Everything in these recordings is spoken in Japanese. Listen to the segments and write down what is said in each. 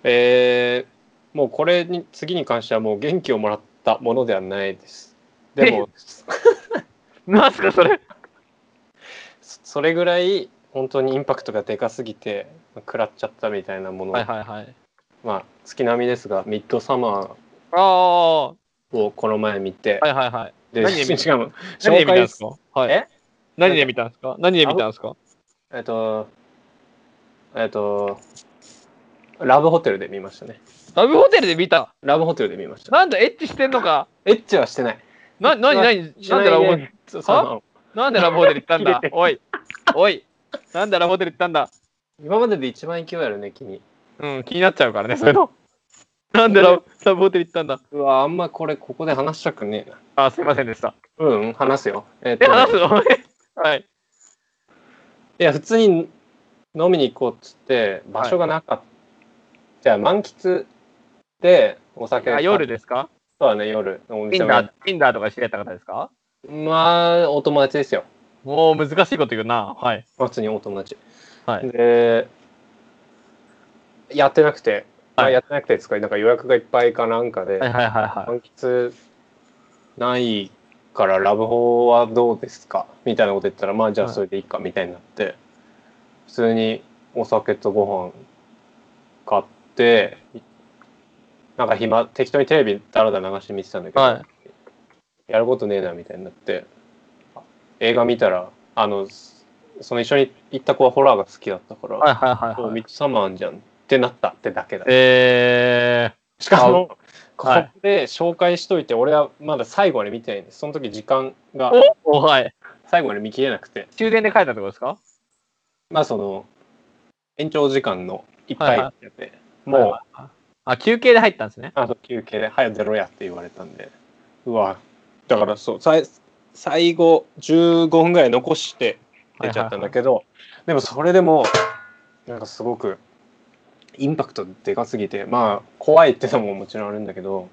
もうこれに次に関してはもう元気をもらったものではないです。でもなんすかそれ。 それぐらい本当にインパクトがでかすぎて食らっちゃったみたいなもの、 はいはいはい。 まあ月並みですがミッドサマーああ、はをこの前見て、 いはいはい。 で何で見しかも何で見たん紹介ですか？はい。 え何でなんか見たんですか？何で見たんですか？ えっとえっとラブホテルで見ましたね。 ラブホテルで見た。 ラブホテルで見ました。 なんだエッチしてんのか。 エッチはしてない。エッチは何しなんでラブホテないでル、はなんでラブホテル行ったんだおい。おい。なんでラブホテル行ったんだ。 今までで一番勢いあるね君。 うん、気になっちゃうからね、そういうの。なんでラブホテル行ったんだ。 うわあんまここで話したくねえな。 あ、すいませんでした。 話すよ。 話すのはい。 いや普通に飲みに行こうっつって場所がなかった。じゃあ満喫でお酒あ、夜ですか？ そうだね夜おティン店をやっダーとか知り合った方ですか？ まあお友達ですよ。 もう難しいこと言うな。はい。 普通にお友達。 はい。 でやってなくて、 はいやってなくてですかなんか予約がいっぱいかなんかで、 はいはいはいはい。 満喫ないからラブホはどうですかみたいなこと言ったらまあじゃあそれでいいかみたいになって、普通にお酒とご飯買ってなんか適当にテレビだらだら流して見てたんだけど、 はい。 やることねえなみたいになって映画見たらその一緒に行った子はホラーが好きだったから、 はいはいはいはい。 ミッドサマーじゃんってなったってだけだ。しかもここで紹介しといて、俺はまだ最後まで見てないんです。その時時間がはい。 最後まで見切れなくて、 終電で帰ったってことですか？ まあその延長時間のいっぱいやって、 もう、あ、休憩で入ったんですね。 休憩で早出ろやって言われたんで、うわだからそう最後15分ぐらい残して出ちゃったんだけど、でもそれでもなんかすごくインパクトでかすぎて、まあ怖いってのももちろんあるんだけど、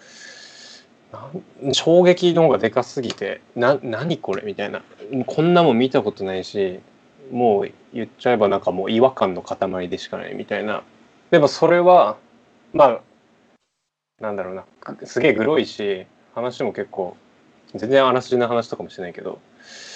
衝撃の方がでかすぎて何これみたいな、こんなもん見たことないし、もう言っちゃえばなんかもう違和感の塊でしかないみたいな。でもそれはまあなんだろうな、すげえグロいし話も結構全然あらすじの話とかもしないけど、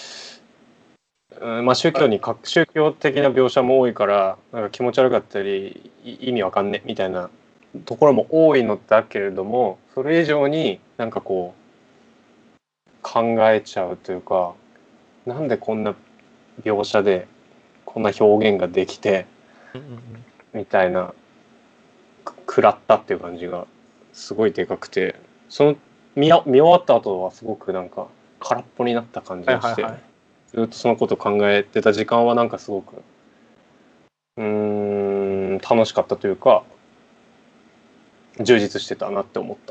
まあ宗教的な描写も多いからなんか気持ち悪かったり意味わかんねみたいなところも多いのだけれども、それ以上になんかこう考えちゃうというか、なんでこんな描写でこんな表現ができてみたいな、食らったっていう感じがすごいでかくて、その見終わった後はすごくなんか空っぽになった感じがして、ずっとそのこと考えてた時間はなんかすごく楽しかったというか充実してたなって思った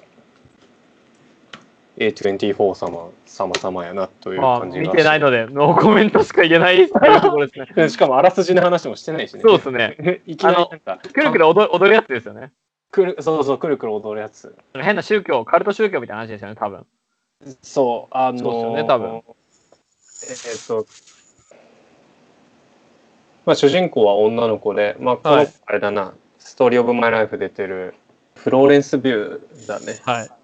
。A24 様やなという感じがして、 見てないのでノーコメントしか言えないというところですね。 しかもあらすじの話もしてないしね。 そうですね。 いきなりなんかくるくる踊るやつですよね。 そうそう、くるくる踊るやつ。 変な宗教、カルト宗教みたいな話ですよね、多分。 そうそうですよね、多分。 まあ主人公は女の子で、まあこのあれだな、ストーリーオブマイライフ出てるフローレンス・ビューだね。 はい。フ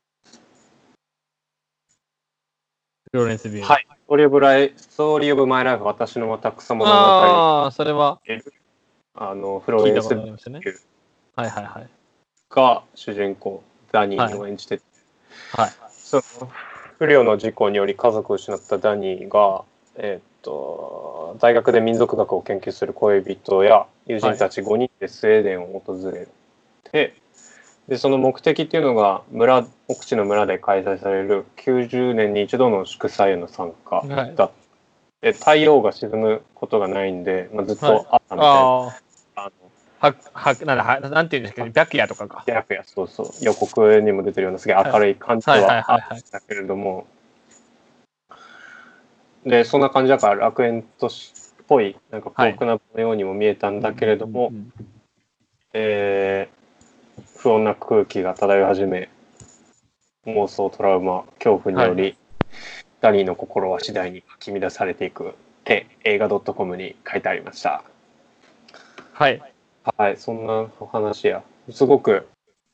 ローレンス・ビュー。 はい。ストーリーオブマイライフ、私の私草物語。 ああ、それは。 フローレンス・ビュー。 はいはいはい。 が主人公ダニーを演じて、 はい。 その不慮の事故により家族を失ったダニーが、大学で民族学を研究する恋人や友人たち5人でスウェーデンを訪れて、でその目的っていうのが奥地の村で開催される90年に一度の祝祭への参加だって、太陽が沈むことがないんで、ずっとあったみたいな。 なんていうんですかね、白夜とかか。 白夜、そうそう。予告にも出てるようなすげえ明るい感じはあったけれども、でそんな感じだから楽園都市っぽいなんか幸福なのようにも見えたんだけれども、不穏な空気が漂い始め、妄想トラウマ恐怖により、ダニーの心は次第にかき乱されていくって映画 .com に書いてありました。 はい。 はい、そんなお話や。すごく、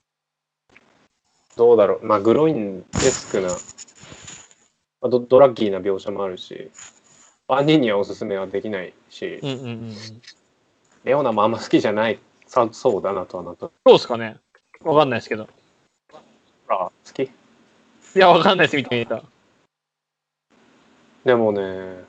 どうだろう。まあ、グロインデスクな、ドラッキーな描写もあるし、万人にはおすすめはできないし、レオナもあんま好きじゃないそうだなとはなと。 どうですかね、わかんないですけど。 あ、好き？ いや、わかんないです、見てみた。 でもね、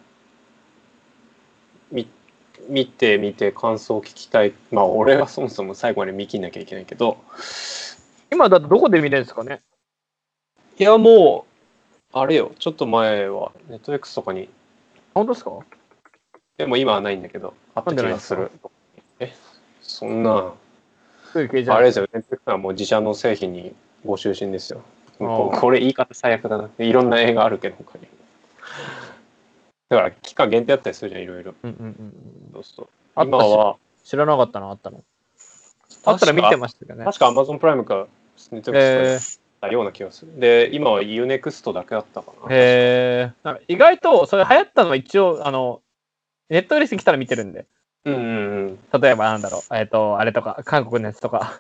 見てみて感想を聞きたい。まあ、俺はそもそも最後まで見切んなきゃいけないけど。 今だってどこで見れるんですかね？ いや、もう、あれよ、ちょっと前は、ネットフリックスとかに、 本当ですか？ でも今はないんだけど、あった気がする。そんな、 そういう系じゃあれですよ、 ないですか。 ネットフリックスはもう自社の製品にご就寝ですよ。 あーこれ言い方最悪だな。いろんな映画あるけど、他に。だから期間限定あったりするじゃん、いろいろ。そうそう。今は、 知らなかったな、あったの。あったら見てましたけどね。 確か Amazon プライムか、ネットフリックスかような気がする。で、今は UNEXT だけだったかな。 なんか意外と、それ流行ったのは一応、ネットフリックスに来たら見てるんで。 うんうんうん。 例えばなんだろう、あれとか、韓国のやつとか。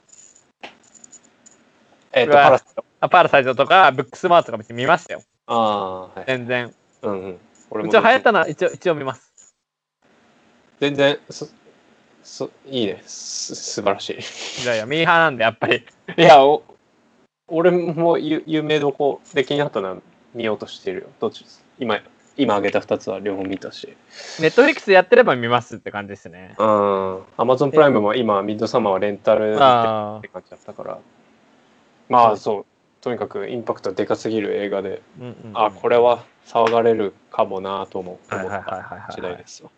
パラサイト。 パラサイトとか、ブックスマートとか別に見ましたよ。 ああ、はい。 全然。 うんうん。俺も一応流行ったのは一応見ます。 全然、いいね。素晴らしい。 いやいや、ミーハーなんで、やっぱり。 いや、俺も有名どこで気になったのは見ようとしてるよ。どっちです？今挙げた2つは両方見たし。 ネットフリックスやってれば見ますって感じですね。 Amazon プライムも今、ミッドサマーはレンタルって感じだったから。まあそう、とにかくインパクトでかすぎる映画で、これは騒がれるかもなと思った次第ですよ。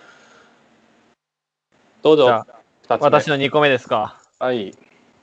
どうぞ。 私の2個目ですか。 はい。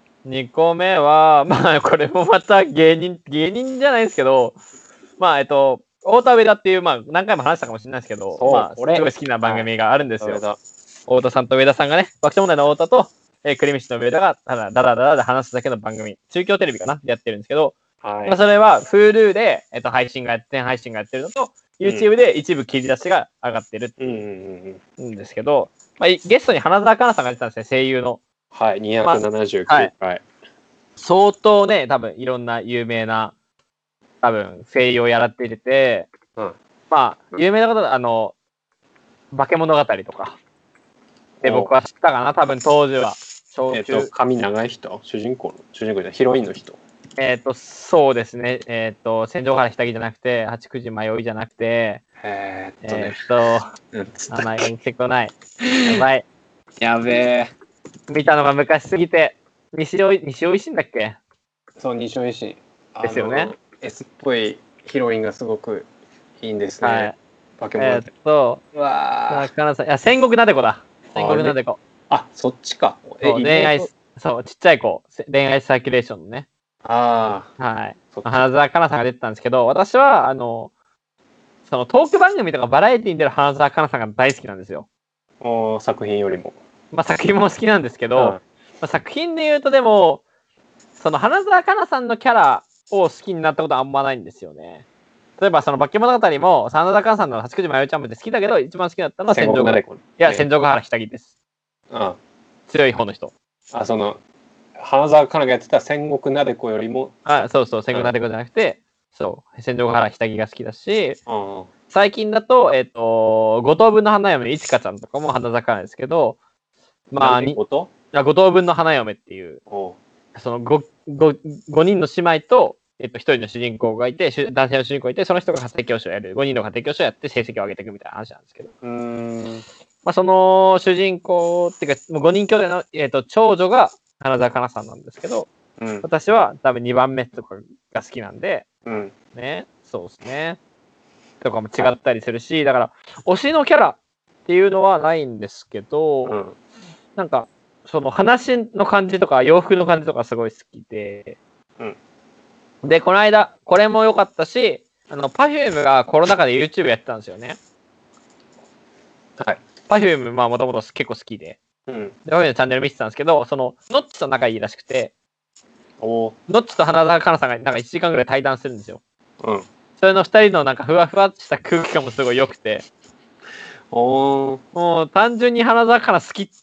2個目は、まあ、これもまた芸人じゃないですけど、まあ、太田上田っていう、まあ、何回も話したかもしれないですけど、まあ、すごい好きな番組があるんですよ。太田さんと上田さんがね、爆笑問題の太田と、栗道の上田が、ただ、ダラダラで話すだけの番組、中京テレビかなでやってるんですけど、まあ、それは Hulu で、配信がやってるのと、YouTube で一部切り出しが上がってるんですけど、まあ、ゲストに花澤香菜さんが出てたんですね、声優の。 はい、279回。 相当ね、多分いろんな有名な、多分声優をやらっていて、まあ、有名なことは、化け物語とか。で、僕は知ったかな、多分当時は。 髪長い人？主人公じゃない、ヒロインの人。 そうですね。戦場から下着じゃなくて、八九時迷いじゃなくて、名前が出てこない。やばい。 やべえ。 見たのが昔すぎて、西尾維新だっけ？ そう、西尾維新。 ですよね。 S っぽいヒロインがすごくいいんですね。はい。化け物って。 うわぁ。いや、戦国なでこだ。戦国なでこ。 そっちか。 恋愛、そう、ちっちゃい子、恋愛サーキュレーションのね。はい。花澤香菜さんが出てたんですけど、私は、そのトーク番組とかバラエティに出る花澤香菜さんが大好きなんですよ。 作品よりも。 まあ作品も好きなんですけど、まあ、作品で言うとでも、その花澤香菜さんのキャラを好きになったことはあんまないんですよね。例えばその化け物語も、花澤香菜さんの八九時迷いちゃんもって好きだけど、一番好きだったのは戦場ヶ原下着です。強い方の人。 花澤香菜がやってた戦国なでこよりも。 そうそう、戦国なでこじゃなくて、そう、戦場ヶ原下着が好きだし、最近だと、五等分の花嫁のいちかちゃんとかも花澤香菜ですけど、まあ、五等分の花嫁っていう、その5人の姉妹と、1人の主人公がいて、男性の主人公がいて、その人が家庭教師をやる。5人の家庭教師をやって成績を上げていくみたいな話なんですけど。まあ、その主人公っていうか、5人兄弟の、長女が花澤香菜さんなんですけど、私は多分2番目とかが好きなんで、ね、そうですね。とかも違ったりするし、だから、推しのキャラっていうのはないんですけど、なんか、その話の感じとか洋服の感じとかすごい好きで、で、この間、これも良かったし、Perfume がコロナ禍で YouTube やってたんですよね。はい。Perfume、まあもともと結構好きで、で、Perfume のチャンネル見てたんですけど、その、ノッチと仲いいらしくて、ノッチと花澤香菜さんがなんか1時間ぐらい対談するんですよ。それの2人のなんかふわふわした空気感もすごい良くて、もう単純に花澤香菜好きっていう。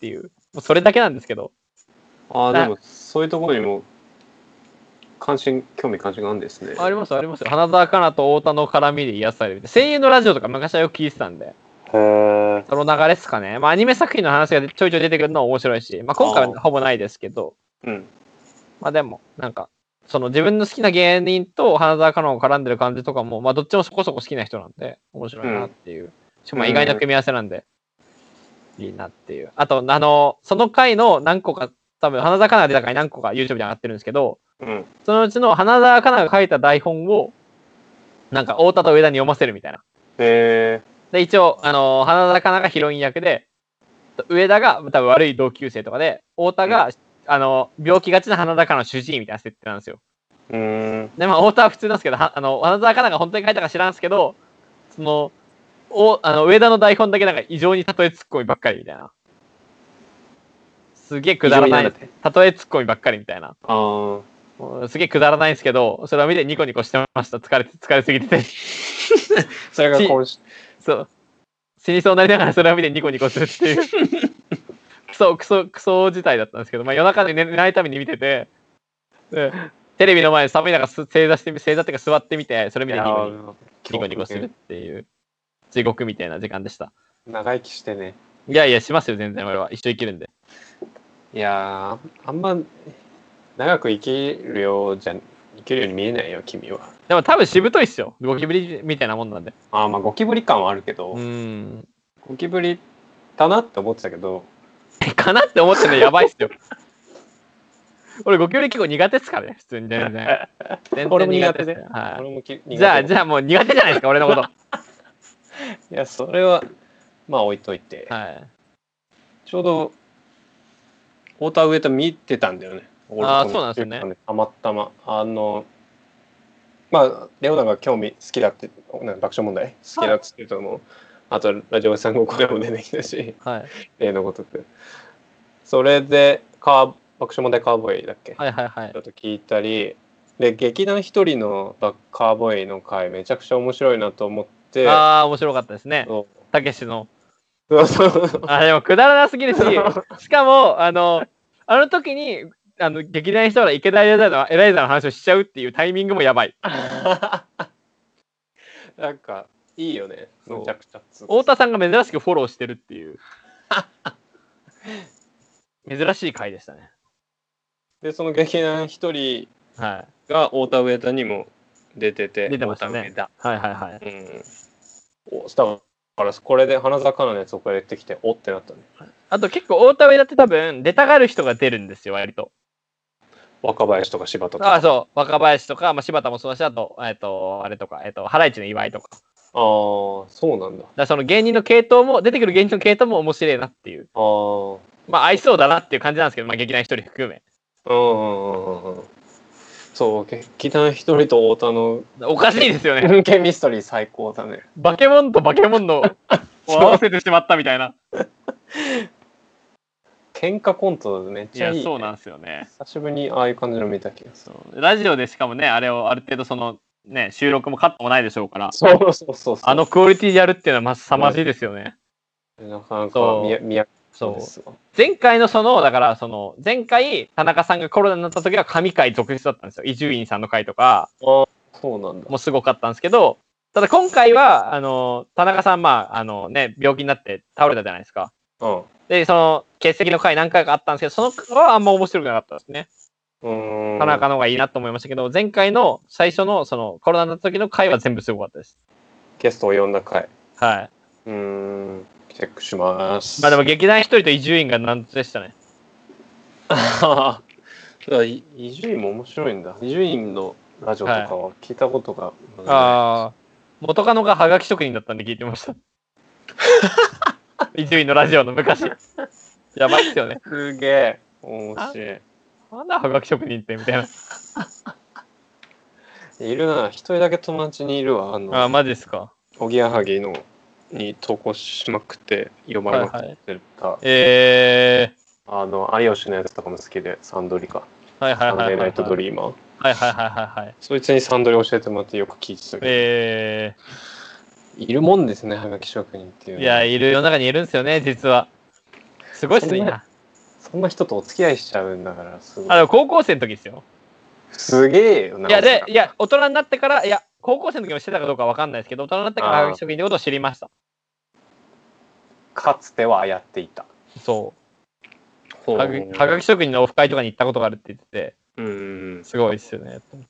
もうそれだけなんですけど。 ああ、でもそういうところにも興味関心があるんですね。 ありますありますよ。花澤香菜と太田の絡みで癒される。声優のラジオとか昔はよく聞いてたんで。 へえ。 その流れですかね。まあアニメ作品の話がちょいちょい出てくるのは面白いし、まあ今回はほぼないですけど、まあでも、なんか、その自分の好きな芸人と花澤香菜を絡んでる感じとかも、まあどっちもそこそこ好きな人なんで、面白いなっていう。しかも意外な組み合わせなんで、いいなっていう。あと、その回の何個か、多分花澤香菜が出た回何個か YouTube で上がってるんですけど、そのうちの花澤香菜が書いた台本を、なんか太田と上田に読ませるみたいな。で、一応、花澤香菜がヒロイン役で、上田が多分悪い同級生とかで、太田が、病気がちな花澤香菜の主治医みたいな設定なんですよ。で、まあ、太田は普通なんですけど、花澤香菜が本当に書いたか知らんすけど、上田の台本だけなんか異常に例えツッコミばっかりみたいな。すげえくだらない。例えツッコミばっかりみたいな。すげえくだらないんですけど、それを見てニコニコしてました。疲れすぎてて。 それがそう。死にそうになりながらそれを見てニコニコするっていう。クソ事態だったんですけど、まあ夜中で寝ないために見てて、テレビの前で寒い中正座っていうか座ってみて、それ見てニコニコするっていう地獄みたいな時間でした。 長生きしてね。 いやいや、しますよ、全然俺は。一生生きるんで。 いやあんま長く生きるように見えないよ、君は。 でも多分しぶといっすよ。ゴキブリみたいなもんなんで。 まあゴキブリ感はあるけど、ゴキブリだなって思ってたけど。 かなって思ってるのやばいっすよ。俺ゴキブリ結構苦手っすからね、普通に全然。 俺も苦手で。 じゃあもう苦手じゃないですか、俺のこと。 いや、それは、まあ置いといて。ちょうど、太田上田見てたんだよね。 ああ、そうなんですよね。 たまたま。まあ、レオナが好きだって、爆笑問題好きだっつってると思う。あと、ラジオさんごっこでも出てきたし、例のごとく。それで、爆笑問題カーボーイだっけ？ちょっと聞いたり、で、劇団一人のカーボーイの回、めちゃくちゃ面白いなと思って。 ああ、面白かったですね。たけしの。でもくだらなすぎるし、しかも、あの時に、劇団一人が池田エライザの話をしちゃうっていうタイミングもやばい。 なんか、いいよね。めちゃくちゃ。 太田さんが珍しくフォローしてるっていう。珍しい回でしたね。 で、その劇団一人が太田上田にも出てて、 出てましたね。だからこれで花澤香菜のやつをこうやってきて、おってなったね。 あと結構太田上田って多分出たがる人が出るんですよ、割と。 若林とか柴田とか。 あ、そう。若林とか、まあ、柴田もそうだし、あと、あれとか、ハライチの岩井とか。 ああ、そうなんだ。 だからその芸人の系統も、出てくる芸人の系統も面白いなっていう。まあ、合いそうだなっていう感じなんですけど、まあ、劇団一人含め。 そう、劇団一人と太田の。 おかしいですよね。 ケミストリー最高だね。 バケモンとバケモンのを合わせてしまったみたいな。 喧嘩コントめっちゃいい、ね。 いや、そうなんですよね。 久しぶりにああいう感じの見た気がする。ラジオでしかもね、あれをある程度その、ね、収録もカットもないでしょうから。 そう。 あのクオリティでやるっていうのは凄まじいですよね。 なかなかそう前回のだから前回田中さんがコロナになった時は神回続出だったんですよ。伊集院さんの回とか。 そうなんだ。 もうすごかったんですけど、ただ今回は田中さん病気になって倒れたじゃないですか。で欠席の回何回かあったんですけど、その回はあんま面白くなかったですね。田中の方がいいなと思いましたけど、前回の最初のコロナの時の回は全部すごかったです。 ゲストを呼んだ回。 はい。 チェックします。 まあでも劇団一人と伊集院がなんとでしたね。 伊集院も面白いんだ。伊集院のラジオとかは聞いたことが、 元カノがハガキ職人だったんで聞いてました。伊集院のラジオの昔。やばいっすよね。 すげえ面白い。 なんだハガキ職人ってみたいな。 いるな、一人だけ友達にいるわ。 マジですか。 おぎやはぎに投稿しまくって呼ばれまくってた。有吉のやつとかも好きで、サンドリか。サンデーナイトドリーマー。そいつにサンドリ教えてもらってよく聞いてたけど。いるもんですね、はがき職人っていう。 いや、世の中にいるんですよね、実は。すごいっすね。 そんな人とお付き合いしちゃうんだからすごい。 でも高校生の時ですよ。 すげえよな。 いや、大人になってから、いや、高校生の時もしてたかどうかわかんないですけど、大人になってからはがき職人ってことを知りました。 かつてはやっていた。 そう。はがき職人のオフ会とかに行ったことがあるって言ってて、すごいですよね、と思って。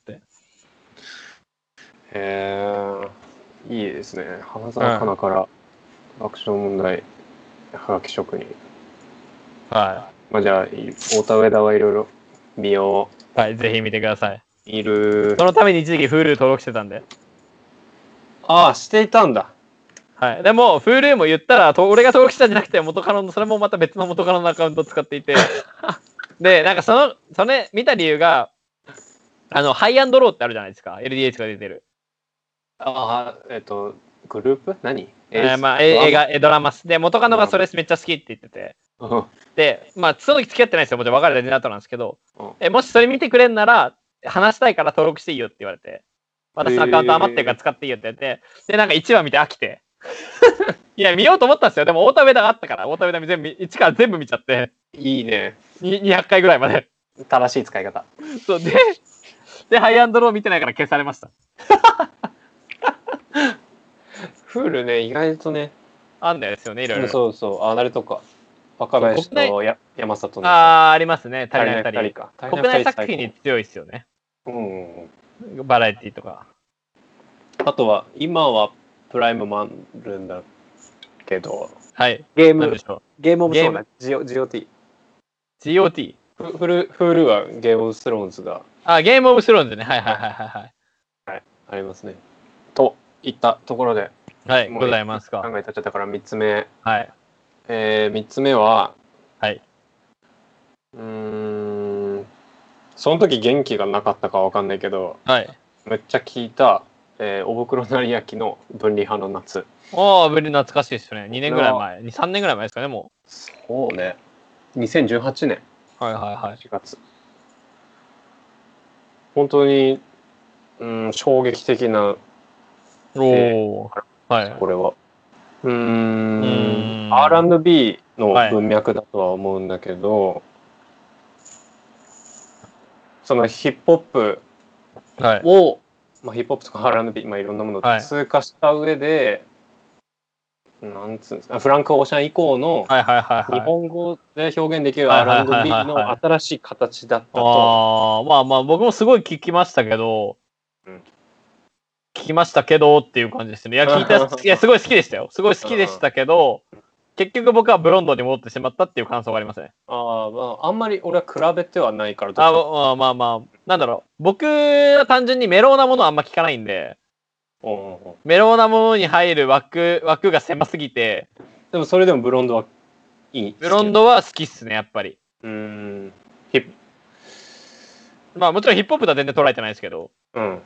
へえ、いいですね。花澤香菜から爆笑問題はがき職人。 はい。 まあじゃあ太田上田はいろいろ見よう。はい、ぜひ見てください。 いる。 そのために一時期 Hulu 登録してたんで。 ああ、していたんだ。 はい。でも Hulu も言ったら俺が登録したんじゃなくて元カノのそれもまた別の元カノのアカウントを使っていて。でなんかそれ見た理由がハイアンドローってあるじゃないですか。LDH が出てる。 ああ、グループ何？ まあ、映画、ドラマス。で、元カノがそれめっちゃ好きって言ってて。で、まあ、その時付き合ってないですよ。もちろん別れた後なんですけど、もしそれ見てくれんなら、話したいから登録していいよって言われて、私のアカウント余ってるから使っていいよって言って、で、なんか1話見て飽きて。いや、見ようと思ったんですよ。でも、太田上田があったから、太田上田全部、1から全部見ちゃって。 いいね。 200回ぐらいまで。 正しい使い方。 そうで、ハイアンドロー見てないから消されました。 フールね、意外とね。 あんですよね、いろいろ。 そうそう、あれとか。若林と山里の。 ありますね。足りない2人か。 国内作品に強いですよね。バラエティとか。あとは、今はプライムもあるんだけど、 はい。 ゲームオブソーン、GOT。 GOT？ フルはゲームオブスローンズが。 ゲームオブスローンズね。はいはいはいはい。 はい、ありますね。といったところで。 はい、ございますか。 考えたっちゃったから3つ目。 はい。 3つ目は、 はい。 その時元気がなかったかわかんないけど、 はい。 めっちゃ聞いた、お袋成明の分離派の夏。 分離懐かしいですよね。2年ぐらい前。3年ぐらい前ですかね、もう。 そうね。2018年。 はいはいはい。 4月。本当に、衝撃的な、 はい。 これは。R&B の文脈だとは思うんだけど、そのヒップホップを、まあ、ヒップホップとか R&B、まあ、いろんなものを通過した上で、なんつうんですか、フランク・オーシャン以降の日本語で表現できる R&B の新しい形だったと。 まあまあ僕もすごい聞きましたけど、聞きましたけどっていう感じですね。いやすごい好きでしたよ。すごい好きでしたけど、結局僕はブロンドに戻ってしまったっていう感想がありますね。 あんまり俺は比べてはないから。 まあなんだろう、僕は単純にメローなものはあんま聞かないんで、メローなものに入る枠が狭すぎて。 でもそれでもブロンドはいい。 ブロンドは好きっすね、やっぱり。まあもちろんヒップホップとは全然捉えてないですけど。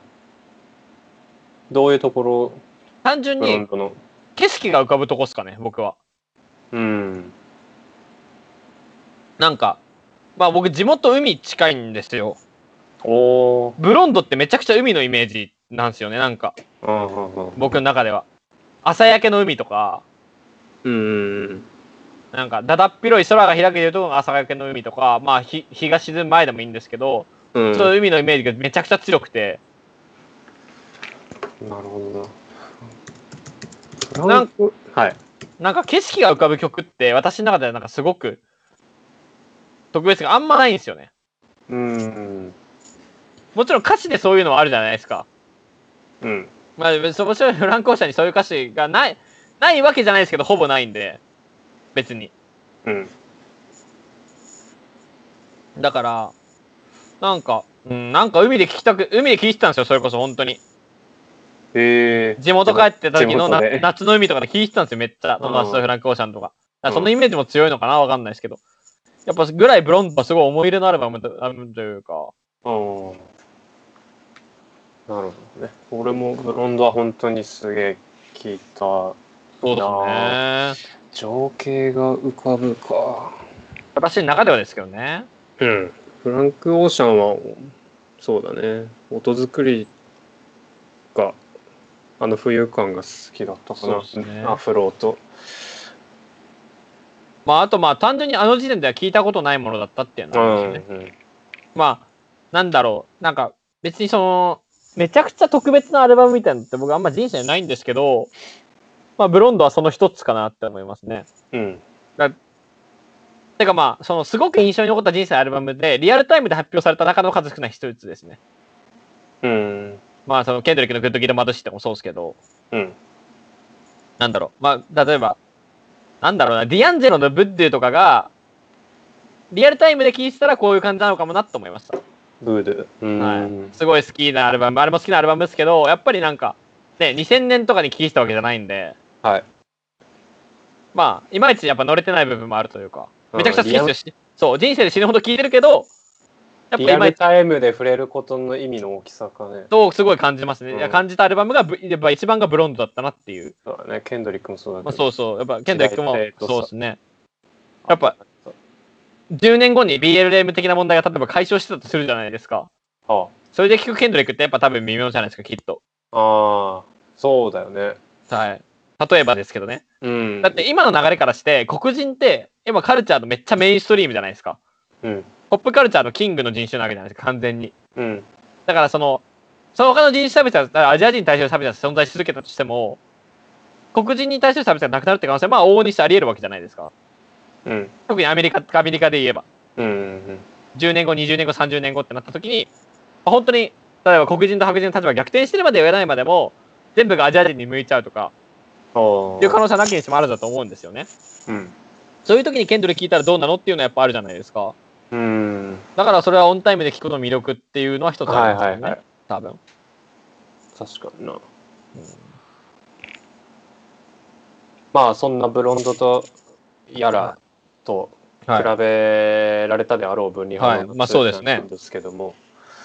どういうところ？ 単純に景色が浮かぶとこっすかね、僕は。なんか、まあ僕地元海近いんですよ。ブロンドってめちゃくちゃ海のイメージなんですよね、なんか。僕の中では。朝焼けの海とか、なんかだだっ広い空が開けてるところが朝焼けの海とか、まあ日が沈む前でもいいんですけど、その海のイメージがめちゃくちゃ強くて。 なるほどな。なんか景色が浮かぶ曲って私の中ではなんかすごく特別があんまないんですよね。もちろん歌詞でそういうのはあるじゃないですか。まあもちろんフランク・オーシャンにそういう歌詞がないわけじゃないですけど、ほぼないんで別に。だからなんか海で聴いてたんですよ、それこそ本当に。地元帰ってた時の夏の海とかで聴いてたんですよ、めっちゃ。友達とフランク・オーシャンとか。そのイメージも強いのかな、わかんないですけど。やっぱぐらいブロンドはすごい思い入れのあるバムというか。 なるほどね。俺もブロンドは本当にすげえ聞いた。 そうですね。 情景が浮かぶか。 私の中ではですけどね。 フランク・オーシャンはそうだね。音作りが浮遊感が好きだったかな。アフロと。 まあ、あとまあ、単純にあの時点では聞いたことないものだったっていうのはありますよね。まあ、なんだろう。なんか、別にめちゃくちゃ特別なアルバムみたいなのって僕あんま人生ないんですけど、まあ、ブロンドはその一つかなって思いますね。てかまあ、すごく印象に残った人生のアルバムで、リアルタイムで発表された中の数少ない一つですね。まあ、ケンドリックのグッドギルマドシってもそうですけど、なんだろう。まあ、例えば、なんだろうな、ディアンジェロのブッドゥとかが、リアルタイムで聴いてたらこういう感じなのかもなと思いました。 ブードゥ。 はい。すごい好きなアルバム、あれも好きなアルバムですけど、やっぱりなんか、ね、2000年とかに聴いてたわけじゃないんで、 はい。 まあ、いまいちやっぱ乗れてない部分もあるというか、めちゃくちゃ好きですよ。そう、人生で死ぬほど聴いてるけど、 やっぱリアルタイムで触れることの意味の大きさかね。 そう、すごい感じますね。感じたアルバムが、やっぱ一番がブロンドだったなっていう。 そうだね、ケンドリックもそうだけど。 まあ、そうそう、やっぱケンドリックもそうですね。やっぱ、10年後に BLM 的な問題が例えば解消してたとするじゃないですか。それで聞くケンドリックってやっぱ多分微妙じゃないですか、きっと。 ああ、そうだよね。 はい。例えばですけどね。だって今の流れからして、黒人って今カルチャーのめっちゃメインストリームじゃないですか。ポップカルチャーのキングの人種なわけじゃないですか、完全に。だからその他の人種差別は、アジア人に対する差別は存在し続けたとしても、黒人に対する差別がなくなるって可能性はまあ往々にしてあり得るわけじゃないですか。特にアメリカで言えば。10年後、20年後、30年後ってなった時に、本当に、例えば黒人と白人の立場が逆転してるまで言わないまでも、全部がアジア人に向いちゃうとか、いう可能性はなきにしもあるだと思うんですよね。そういう時にケンドリ聞いたらどうなのっていうのはやっぱあるじゃないですか。だからそれはオンタイムで聞くことの魅力っていうのは一つありますよね。多分。 確かにな。まあそんなブロンドとやらと比べられたであろう分離派の強さなんですけども、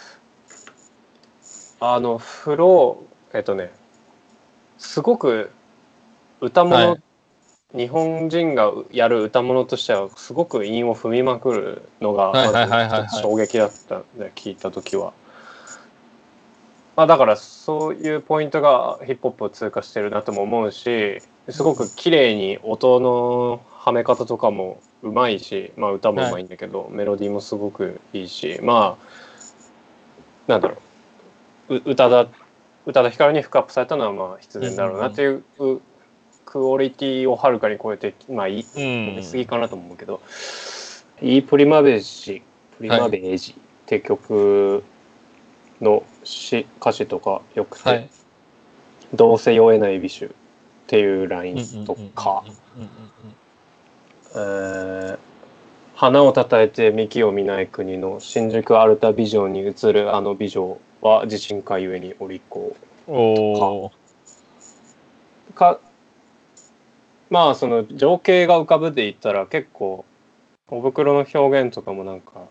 フローすごく歌物、日本人がやる歌物としてはすごく韻を踏みまくるのがまず衝撃だったんで、聞いた時は。まあだからそういうポイントがヒップホップを通過してるなとも思うし、すごく綺麗に音のはめ方とかもうまいし、まあ歌もうまいんだけど、メロディーもすごくいいし、まあなんだろう、宇多田ヒカルにフックアップされたのはまあ必然だろうなっていうクオリティをはるかに超えて、まあいいすぎかなと思うけど、いいプリマベージって曲の歌詞とかよくて、どうせ酔えない美酒っていうラインとか、花をたたえて幹を見ない国の新宿アルタビジョンに映るあの美女は自信家ゆえにお利口とか、まあその情景が浮かぶで言ったら結構お袋の表現とかもなんか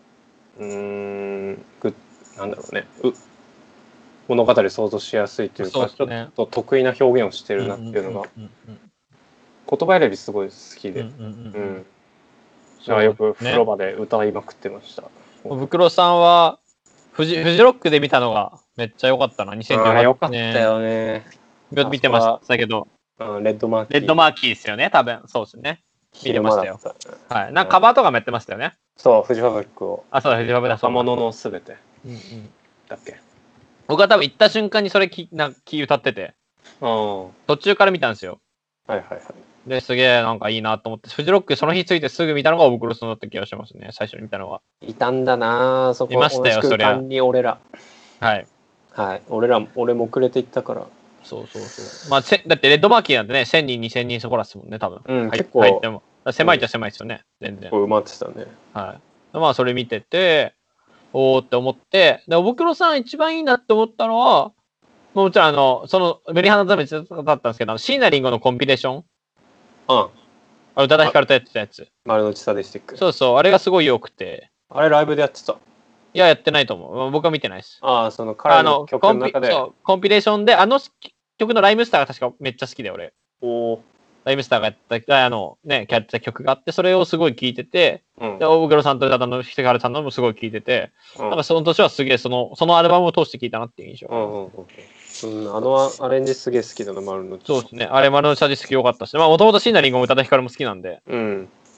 なんだろうね、物語想像しやすいというか、ちょっと得意な表現をしてるなっていうのが言葉選びすごい好きで、よく風呂場で歌いまくってました。 おふくろさんはフジロックで見たのがめっちゃ良かったな。2018年。 よかったよね。 見てましたけど。 レッドマーキー。 レッドマーキーですよね、多分。そうですね。見てましたよ。はい。なんかカバーとかもやってましたよね。 そう、フジファブリックを。 あ、そうだ、フジファブリック。 若者のすべて。だっけ。 僕は多分行った瞬間にそれ歌ってて。途中から見たんですよ。で、すげえなんかいいなと思って、フジロックその日ついてすぐ見たのがおぶくろさんだった気がしますね、最初に見たのは。 いたんだなぁ、そこ。 いましたよ、それは。 俺ら。 はい。 はい。俺も遅れていったから。 そう。まあ、だってレッドマーキーなんてね、1000人、2000人そこらですもんね、多分。 結構。 入っても。狭いっちゃ狭いですよね、全然。 埋まってたね。 はい。まあ、それ見てて、おーって思って、で、おぶくろさん一番いいなって思ったのは、もちろんその、メリハナザメだったんですけど、椎名林檎のコンピレーション。宇多田ヒカルとやってたやつ。 丸の内サディスティック。 そう、あれがすごい良くて。 あれライブでやってた？ いや、やってないと思う。僕は見てないです。 その彼の曲の中で。 コンピレーションで、あの曲のライムスターが確かめっちゃ好きで、俺。ライムスターがやった、キャッチャー曲があって、それをすごい聴いてて、で、大黒さんと宇多田のヒカルさんのもすごい聴いてて、なんかその年はすげえそのアルバムを通して聴いたなっていう印象。 アレンジすげえ好きだな、丸の内。 そうですね。あれ、丸の内アジ好き良かったし、まあ、もともと椎名林檎も宇多田ヒカルも好きなんで。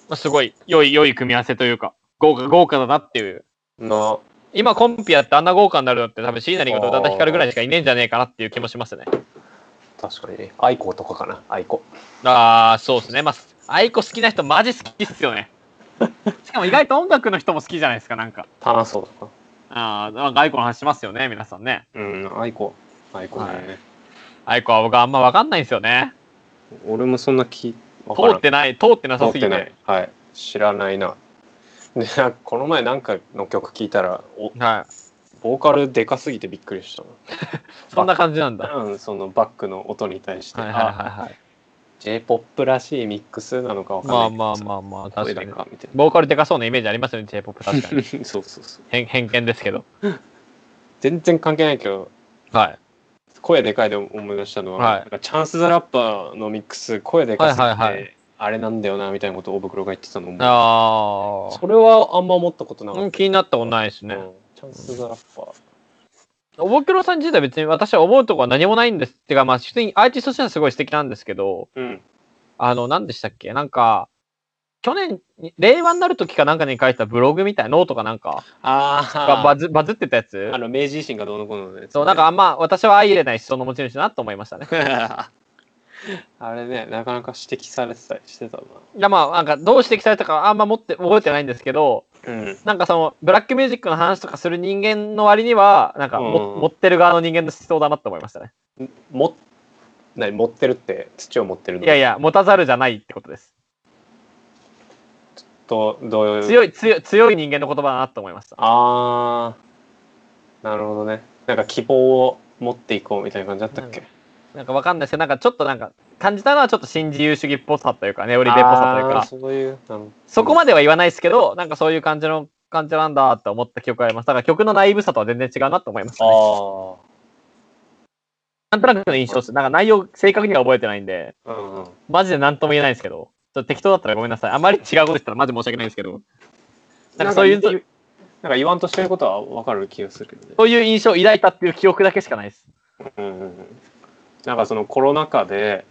すごい良い組み合わせというか、豪華だなっていう。今コンピやってあんな豪華になるのって多分椎名林檎と宇多田ヒカルぐらいしかいねえんじゃねえかなっていう気もしますね。 確かにね。アイコとかかな、アイコ。 そうですね。まあ、アイコ好きな人マジ好きっすよね。しかも意外と音楽の人も好きじゃないですか、なんか。 楽しそうとか。 なんかアイコの話しますよね、皆さんね。 アイコね。 アイコは僕はあんま分かんないんですよね。 俺もそんな通ってなさすぎて。 はい。知らないな。で、この前なんかの曲聞いたら、ボーカルでかすぎてびっくりしたな。 そんな感じなんだ。 そのバックの音に対して。J-POP らしいミックスなのかわかんないけど。 まあ、確かに。ボーカルでかそうなイメージありますよね、J-POP 確かに。 そう。 偏見ですけど。 全然関係ないけど、声でかいで思い出したのは、チャンス・ザ・ラッパーのミックス、声でかすぎて、あれなんだよなみたいなことを大袋が言ってたのも、それはあんま思ったことなかった。 気になったことないですね。 チャンス・ザ・ラッパー。 大袋さん自体別に私は思うとこは何もないんです。ってか、まあ、普通にアーティストとしてはすごい素敵なんですけど、何でしたっけ、なんか、去年、令和になる時かなんかに書いたブログみたいなノートかなんか、バズってたやつ。 明治維新がどうのこうのやつ。 そう、なんかあんま私は相入れない思想の持ち主だなと思いましたね。 あれね、なかなか指摘されてたりしてたな。 いや、まあ、なんかどう指摘されたかあんま覚えてないんですけど、なんかその、ブラックミュージックの話とかする人間の割には、なんか持ってる側の人間の思想だなと思いましたね。 持ってるって土を持ってるの？ いや、持たざるじゃないってことです。 どういう強い人間の言葉だなと思いました。 なるほどね。なんか希望を持っていこうみたいな感じだったっけ？ なんかわかんないですけど、なんかちょっとなんか感じたのはちょっと新自由主義っぽさというか、ネオリベっぽさというか、そこまでは言わないですけど、なんかそういう感じなんだって思った記憶があります。だから曲のナイーブさとは全然違うなと思いましたね。なんとなくの印象です。なんか内容正確には覚えてないんで、マジで何とも言えないんですけど、ちょっと適当だったらごめんなさい。あまり違うこと言ったらマジ申し訳ないんですけど、なんかそういう、なんか言わんとしてることは分かる気がするけどね。 そういう印象を抱いたっていう記憶だけしかないです。 なんかそのコロナ禍で、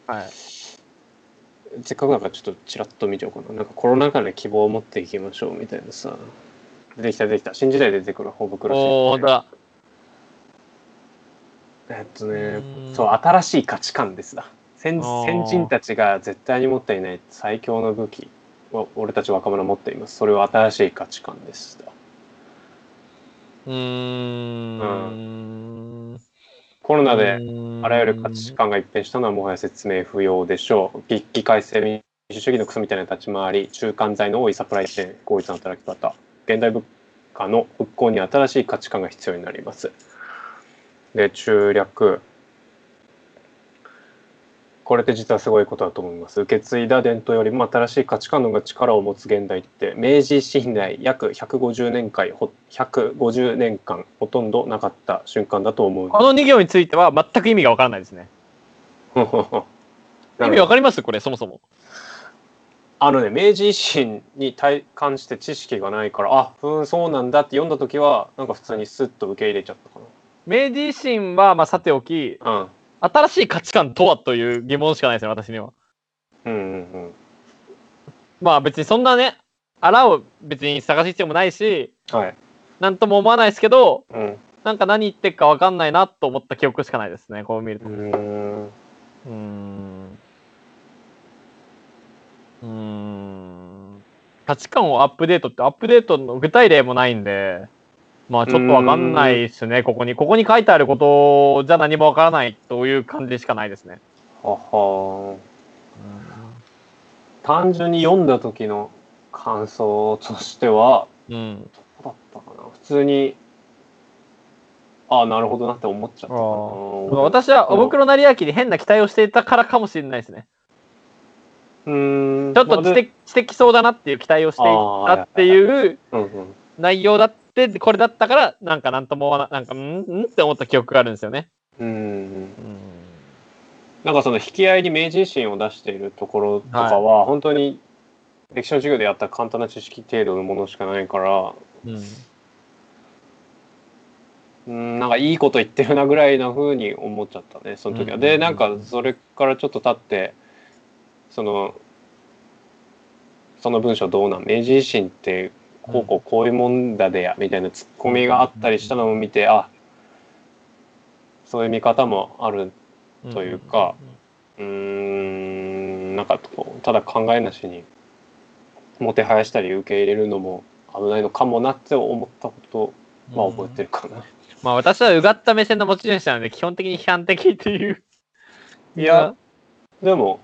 せっかくだからちょっとちらっと見ちゃおうかな。なんかコロナ禍で希望を持っていきましょうみたいなさ。できた。新時代で出てくる大袋氏。 ほんとだ。 そう、新しい価値観ですだ。先人たちが絶対に持っていない最強の武器を俺たち若者持っています。それは新しい価値観ですだ。コロナであらゆる価値観が一変したのはもはや説明不要でしょう。議会制民主主義のクソみたいな立ち回り、中間材の多いサプライチェーン、効率の働き方、現代物価の復興に新しい価値観が必要になります。で、中略。これって実はすごいことだと思います。受け継いだ伝統よりも新しい価値観の方が力を持つ現代って明治維新以来約150年間ほとんどなかった瞬間だと思う。 この2行については全く意味がわからないですね。意味わかります？これそもそも。 明治維新に関して知識がないからそうなんだって読んだ時はなんか普通にスッと受け入れちゃったかな。 明治維新はまあさておき、新しい価値観とはという疑問しかないですね、私には。まあ別にそんなね、あらを別に探す必要もないし、なんとも思わないですけど、なんか何言ってるか分かんないなと思った記憶しかないですね、こう見ると。価値観をアップデートの具体例もないんで、まあちょっとわかんないですね、ここに書いてあることじゃ何もわからないという感じしかないですね。 単純に読んだ時の感想としては、どうだったかな。普通に、なるほどなって思っちゃったかな。 私はおぶくろなりあきに変な期待をしていたからかもしれないですね。ちょっと知的そうだなっていう期待をしていたっていう内容だって、これだったからなんともなんかって思った記憶があるんですよね。 なんかその引き合いに明治維新を出しているところとかは、本当に歴史の授業でやった簡単な知識程度のものしかないから、なんかいいこと言ってるなぐらいな風に思っちゃったね、その時は。で、なんかそれからちょっと経って、そのその文章どうなん、明治維新ってこういうもんだでやみたいなツッコミがあったりしたのを見て、あ、そういう見方もあるというか、なんかこうただ考えなしにもてはやしたり受け入れるのも危ないのかもなって思ったことは覚えてるかな。 まあ私はうがった目線の持ち主なので基本的に批判的っていう。 いやでも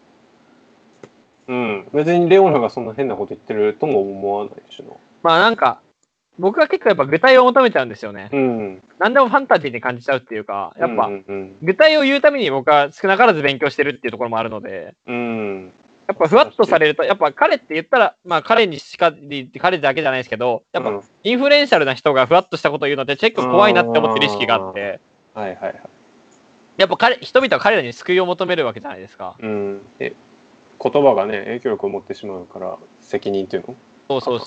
別にレオナがそんな変なこと言ってるとも思わないしな。 まあなんか僕は結構やっぱ具体を求めちゃうんですよね。何でもファンタジーに感じちゃうっていうか、やっぱ具体を言うために僕は少なからず勉強してるっていうところもあるので、やっぱふわっとされると、やっぱ彼って言ったら、まあ彼にしか彼だけじゃないですけど、やっぱインフルエンシャルな人がふわっとしたことを言うのって結構怖いなって思ってる意識があって、やっぱ人々は彼らに救いを求めるわけじゃないですか。 言葉がね影響力を持ってしまうから責任っていうの。 そう。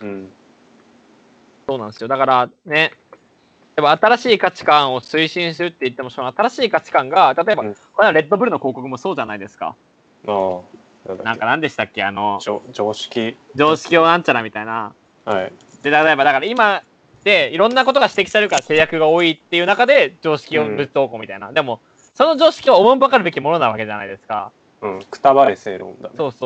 そうなんですよ。だからね、やっぱ新しい価値観を推進するって言っても、その新しい価値観が、例えば、これはレッドブルの広告もそうじゃないですか。なんか何でしたっけ、 常識をなんちゃらみたいな。 はい。 で、例えばだから今でいろんなことが指摘されるから制約が多いっていう中で常識をぶっ通こうみたいな。でもその常識はおもんぱかるべきものなわけじゃないですか。 くたばれ正論だね。 そう。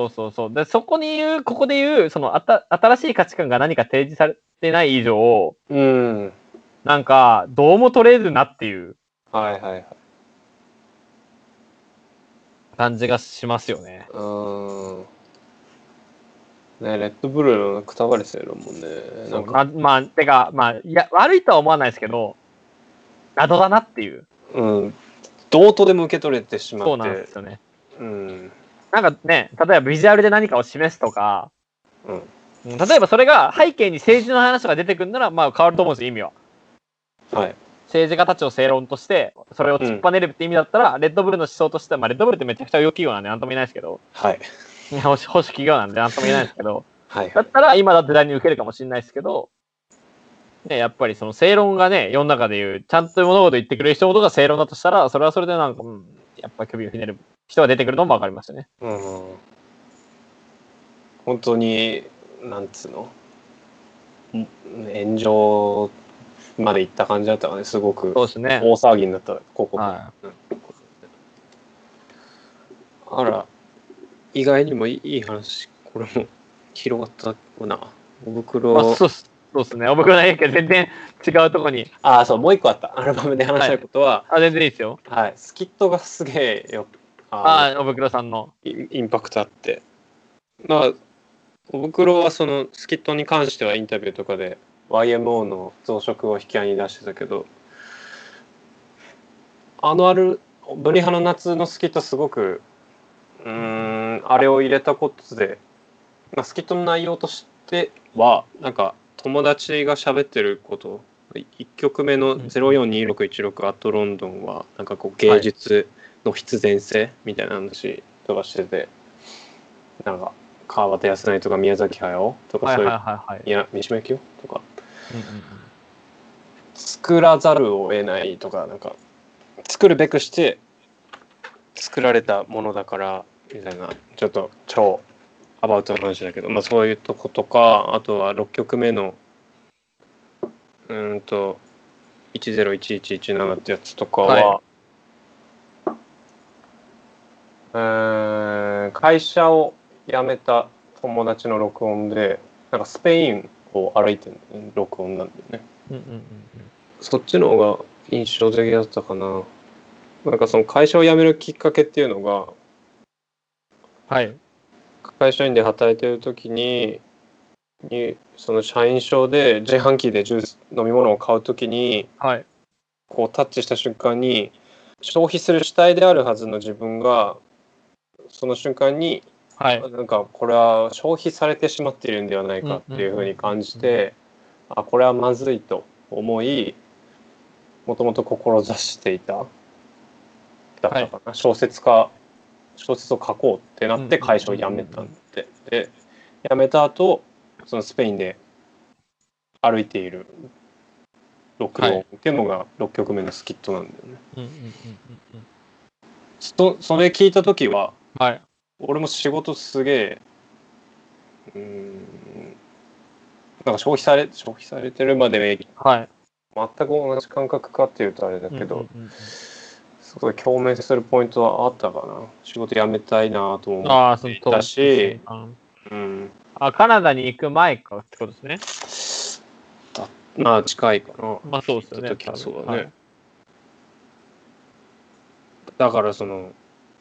でここで言うその新しい価値観が何か提示されてない以上、なんかどうも取れるなっていう感じがしますよね。 ね、レッドブルのくたばれ正論もね、 なんかてかいや悪いとは思わないですけど、謎だなっていう。 どうとでも受け取れてしまって。 そうなんですよね。なんかね、例えばビジュアルで何かを示すとか、例えばそれが背景に政治の話が出てくるなら、まあ変わると思うんですよ、意味は。政治家たちを正論として、それを突っぱねるって意味だったら、レッドブルの思想としては、レッドブルってめちゃくちゃ大企業なんで何とも言えないですけど、保守企業なんで何とも言えないですけど、だったら今だって誰に受けるかもしれないですけど、ね、やっぱりその正論がね、世の中でいう、ちゃんと物事言ってくれる人ほどが正論だとしたら、それはそれでなんか、やっぱり首をひねる人が出てくるのも分かりましたね。 本当に、なんつうの、炎上まで行った感じだったからね、すごく大騒ぎになった広告。あら、意外にもいい話、これも広がったな。お袋。 そうですね。お袋ないけど全然違うとこに。 そう、もう一個あった。アルバムで話したいことは。 全然いいですよ。 スキットがすげえよ。 お袋さんの。 インパクトあって。お袋はそのスキットに関してはインタビューとかで YMO の増殖を引き合いに出してたけど、ブリハの夏のスキットすごくあれを入れたことで、スキットの内容としてはなんか友達が喋ってること、1曲目の042616アットロンドンはなんかこう芸術の必然性みたいな話とかしてて、なんか川端康成とか宮崎駿とかそういう、いや三島由紀夫とか、作らざるを得ないとか、なんか作るべくして作られたものだからみたいな、ちょっと超アバウトな話だけど、そういうとことか、あとは6曲目の101117ってやつとかは、会社を辞めた友達の録音で、なんかスペインを歩いてる録音なんだよね。そっちの方が印象的だったかな。なんかその会社を辞めるきっかけっていうのが、会社員で働いてる時にその社員証で自販機でジュース飲み物を買う時に、こうタッチした瞬間に消費する主体であるはずの自分がその瞬間に、なんかこれは消費されてしまっているんではないかっていうふうに感じて、これはまずいと思い、もともと志していただったかな、小説を書こうってなって会社を辞めたんで、で辞めた後そのスペインで歩いている録音っていうのが6曲目のスキットなんだよね。それ聞いた時は、俺も仕事すげえなんか消費されてるまで、 はい、 全く同じ感覚かっていうとあれだけど、そこで共鳴するポイントはあったかな。仕事辞めたいなと思っていたし、 カナダに行く前かってことですね。まあ近いかな。 まあそうですよね。 そうだね。だからその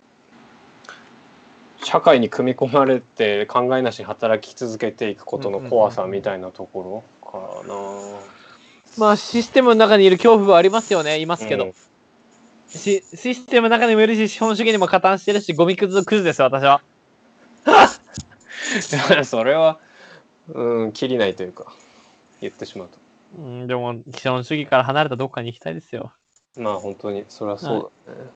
社会に組み込まれて考えなしに働き続けていくことの怖さみたいなところかな。 まあシステムの中にいる恐怖はありますよね。いますけど。システムの中にもいるし、資本主義にも加担してるし、ゴミクズです私は。 それは切りないというか言ってしまうと。 でも資本主義から離れたどっかに行きたいですよ。 まあ本当にそれはそうだね。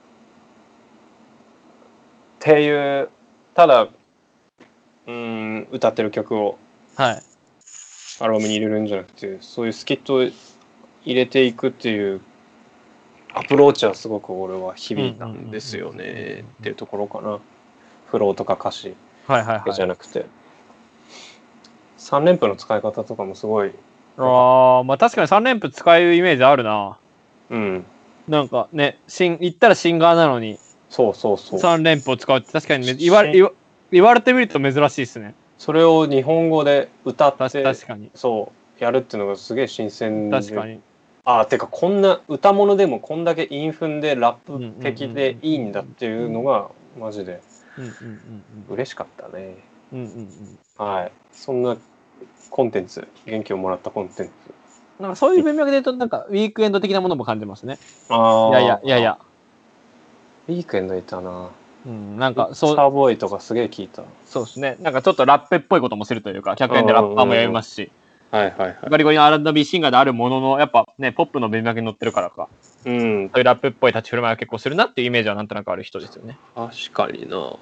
っていうただ歌ってる曲をアルバムに入れるんじゃなくて、そういうスキットを入れていくっていうアプローチはすごく俺は響いたんですよねっていうところかな。フローとか歌詞だけじゃなくて、3連符の使い方とかもすごい。 まあ確かに3連符使うイメージあるな。なんかね、言ったらシンガーなのに3連符を使うって確かに、ね、言われてみると珍しいですね。 それを日本語で歌って確かにそうやるっていうのがすげえ新鮮で。 確かに。 てかこんな歌物でもこんだけ韻踏んでラップ的でいいんだっていうのがマジで嬉しかったね。はい、そんなコンテンツ、元気をもらったコンテンツ。 なんかそういう文脈で言うとなんかウィークエンド的なものも感じますね。いや。 ウィークエンドいたな。 なんかスターボーイとかすげえ聞いた。 そうですね。なんかちょっとラップっぽいこともするというか、100円でラッパーもやりますし。ガリゴリの R&B シンガーであるものの、やっぱね、ポップの文脈に乗ってるからか。そういうラップっぽい立ち振る舞いを結構するなっていうイメージはなんとなくある人ですよね。 確かにな。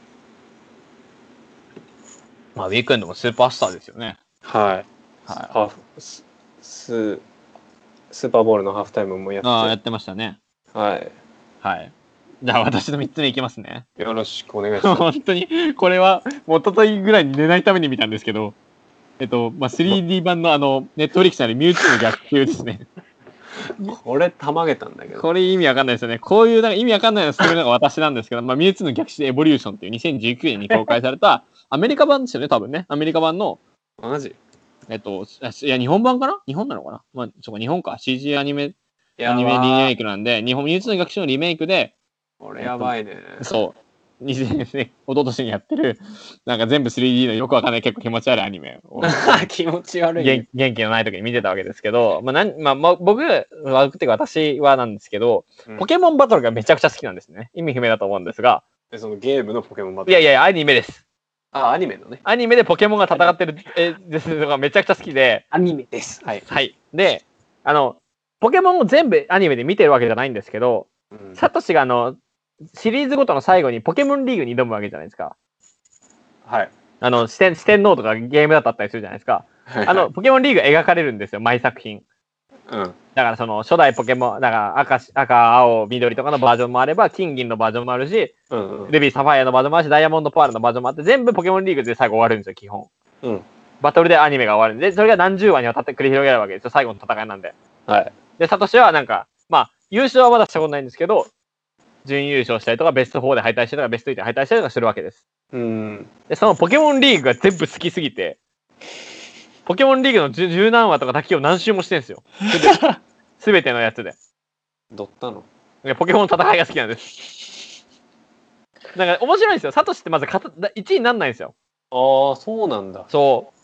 まあ、ウィークエンドもスーパースターですよね。 スーパーボールのハーフタイムもやってましたね。 はい。 じゃあ私の3つ目いきますね。 よろしくお願いします。 本当に、これは、一昨日ぐらいに寝ないために見たんですけど、3D 版のネットフリックスにあるミュウツーの逆襲ですね。 これたまげたんだけど。 これ意味わかんないですよね。こういうなんか意味わかんないの進めるのが私なんですけど、ミュウツーの逆襲エボリューションっていう2019年に公開されたアメリカ版ですよね、多分ね。アメリカ版の。 マジ？ いや、日本版かな？日本なのかな？まあ、そうか、日本か。CG アニメリメイクなんで、ミュウツーの逆襲のリメイクで、 これやばいね。 そう。2000年ね、一昨年にやってる、なんか全部 3D のよくわかんない結構気持ち悪いアニメを。 気持ち悪い。 元気のない時に見てたわけですけど、僕っていうか私はなんですけど、ポケモンバトルがめちゃくちゃ好きなんですね。意味不明だと思うんですが。 そのゲームのポケモンバトル？ いや、アニメです。 アニメのね。 アニメでポケモンが戦ってるですのがめちゃくちゃ好きで。 アニメです。はい。 で、ポケモンを全部アニメで見てるわけじゃないんですけど、サトシがシリーズごとの最後にポケモンリーグに挑むわけじゃないですか。四天王とかゲームだったりするじゃないですか。ポケモンリーグ描かれるんですよ、毎作品。だからその初代ポケモン、だから赤、青、緑とかのバージョンもあれば、金銀のバージョンもあるし、ルビー、サファイアのバージョンもあるし、ダイヤモンド、パールのバージョンもあって、全部ポケモンリーグで最後終わるんですよ、基本。バトルでアニメが終わるんで、それが何十話にわたって繰り広げられるわけですよ、最後の戦いなんで。で、サトシはなんか、優勝はまだしたことないんですけど、準優勝したりとか、ベスト4で敗退したりとか、ベスト8で敗退したりとかするわけです。で、そのポケモンリーグが全部好きすぎて、ポケモンリーグの十何話とかだけを何周もしてるんですよ。すべてのやつで。 どったの？ ポケモンの戦いが好きなんです。なんか面白いんですよ。サトシってまず1位になんないんですよ。 そうなんだ。 そう。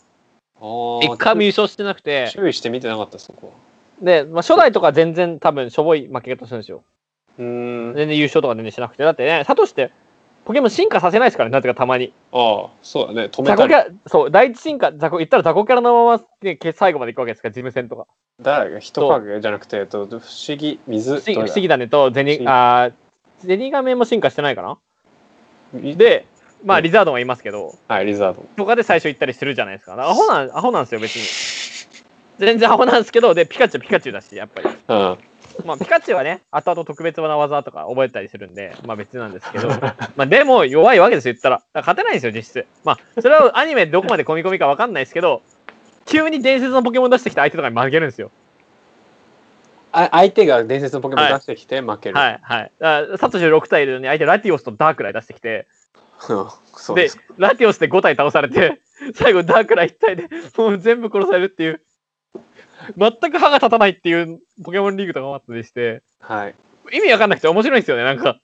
一回も優勝してなくて。 注意して見てなかった、そこは。 で、初代とか全然多分しょぼい負け方するんですよ。全然優勝とか全然しなくて。だってね、サトシってポケモン進化させないですからね、なぜかたまに。 そうだね、止めたり。 そう、第一進化、言ったら雑魚キャラのまま、最後まで行くわけですから、事務戦とか。 誰が人影じゃなくて、不思議、水。 不思議だねと、ゼニガメも進化してないかな。で、リザードンはいますけど、 リザードン。 とかで最初行ったりするじゃないですか。アホなんですよ、別に。全然アホなんですけど、で、ピカチュウだし、やっぱり。 まあ、ピカチュウはね、後々特別な技とか覚えたりするんで、まあ別なんですけど、まあでも弱いわけですよ、言ったら。だから勝てないんですよ、実質。まあ、それはアニメどこまで込み込みか分かんないですけど、急に伝説のポケモン出してきた相手とかに負けるんですよ。 相手が伝説のポケモン出してきて負ける。 はい、はい。サトシ6体いるのに、相手ラティオスとダークライ出してきて、で、ラティオスで5体倒されて、最後ダークライ1体でもう全部殺されるっていう。全く歯が立たないっていうポケモンリーグとかもあったりして、 はい、 意味わかんなくて面白いんですよね、なんか。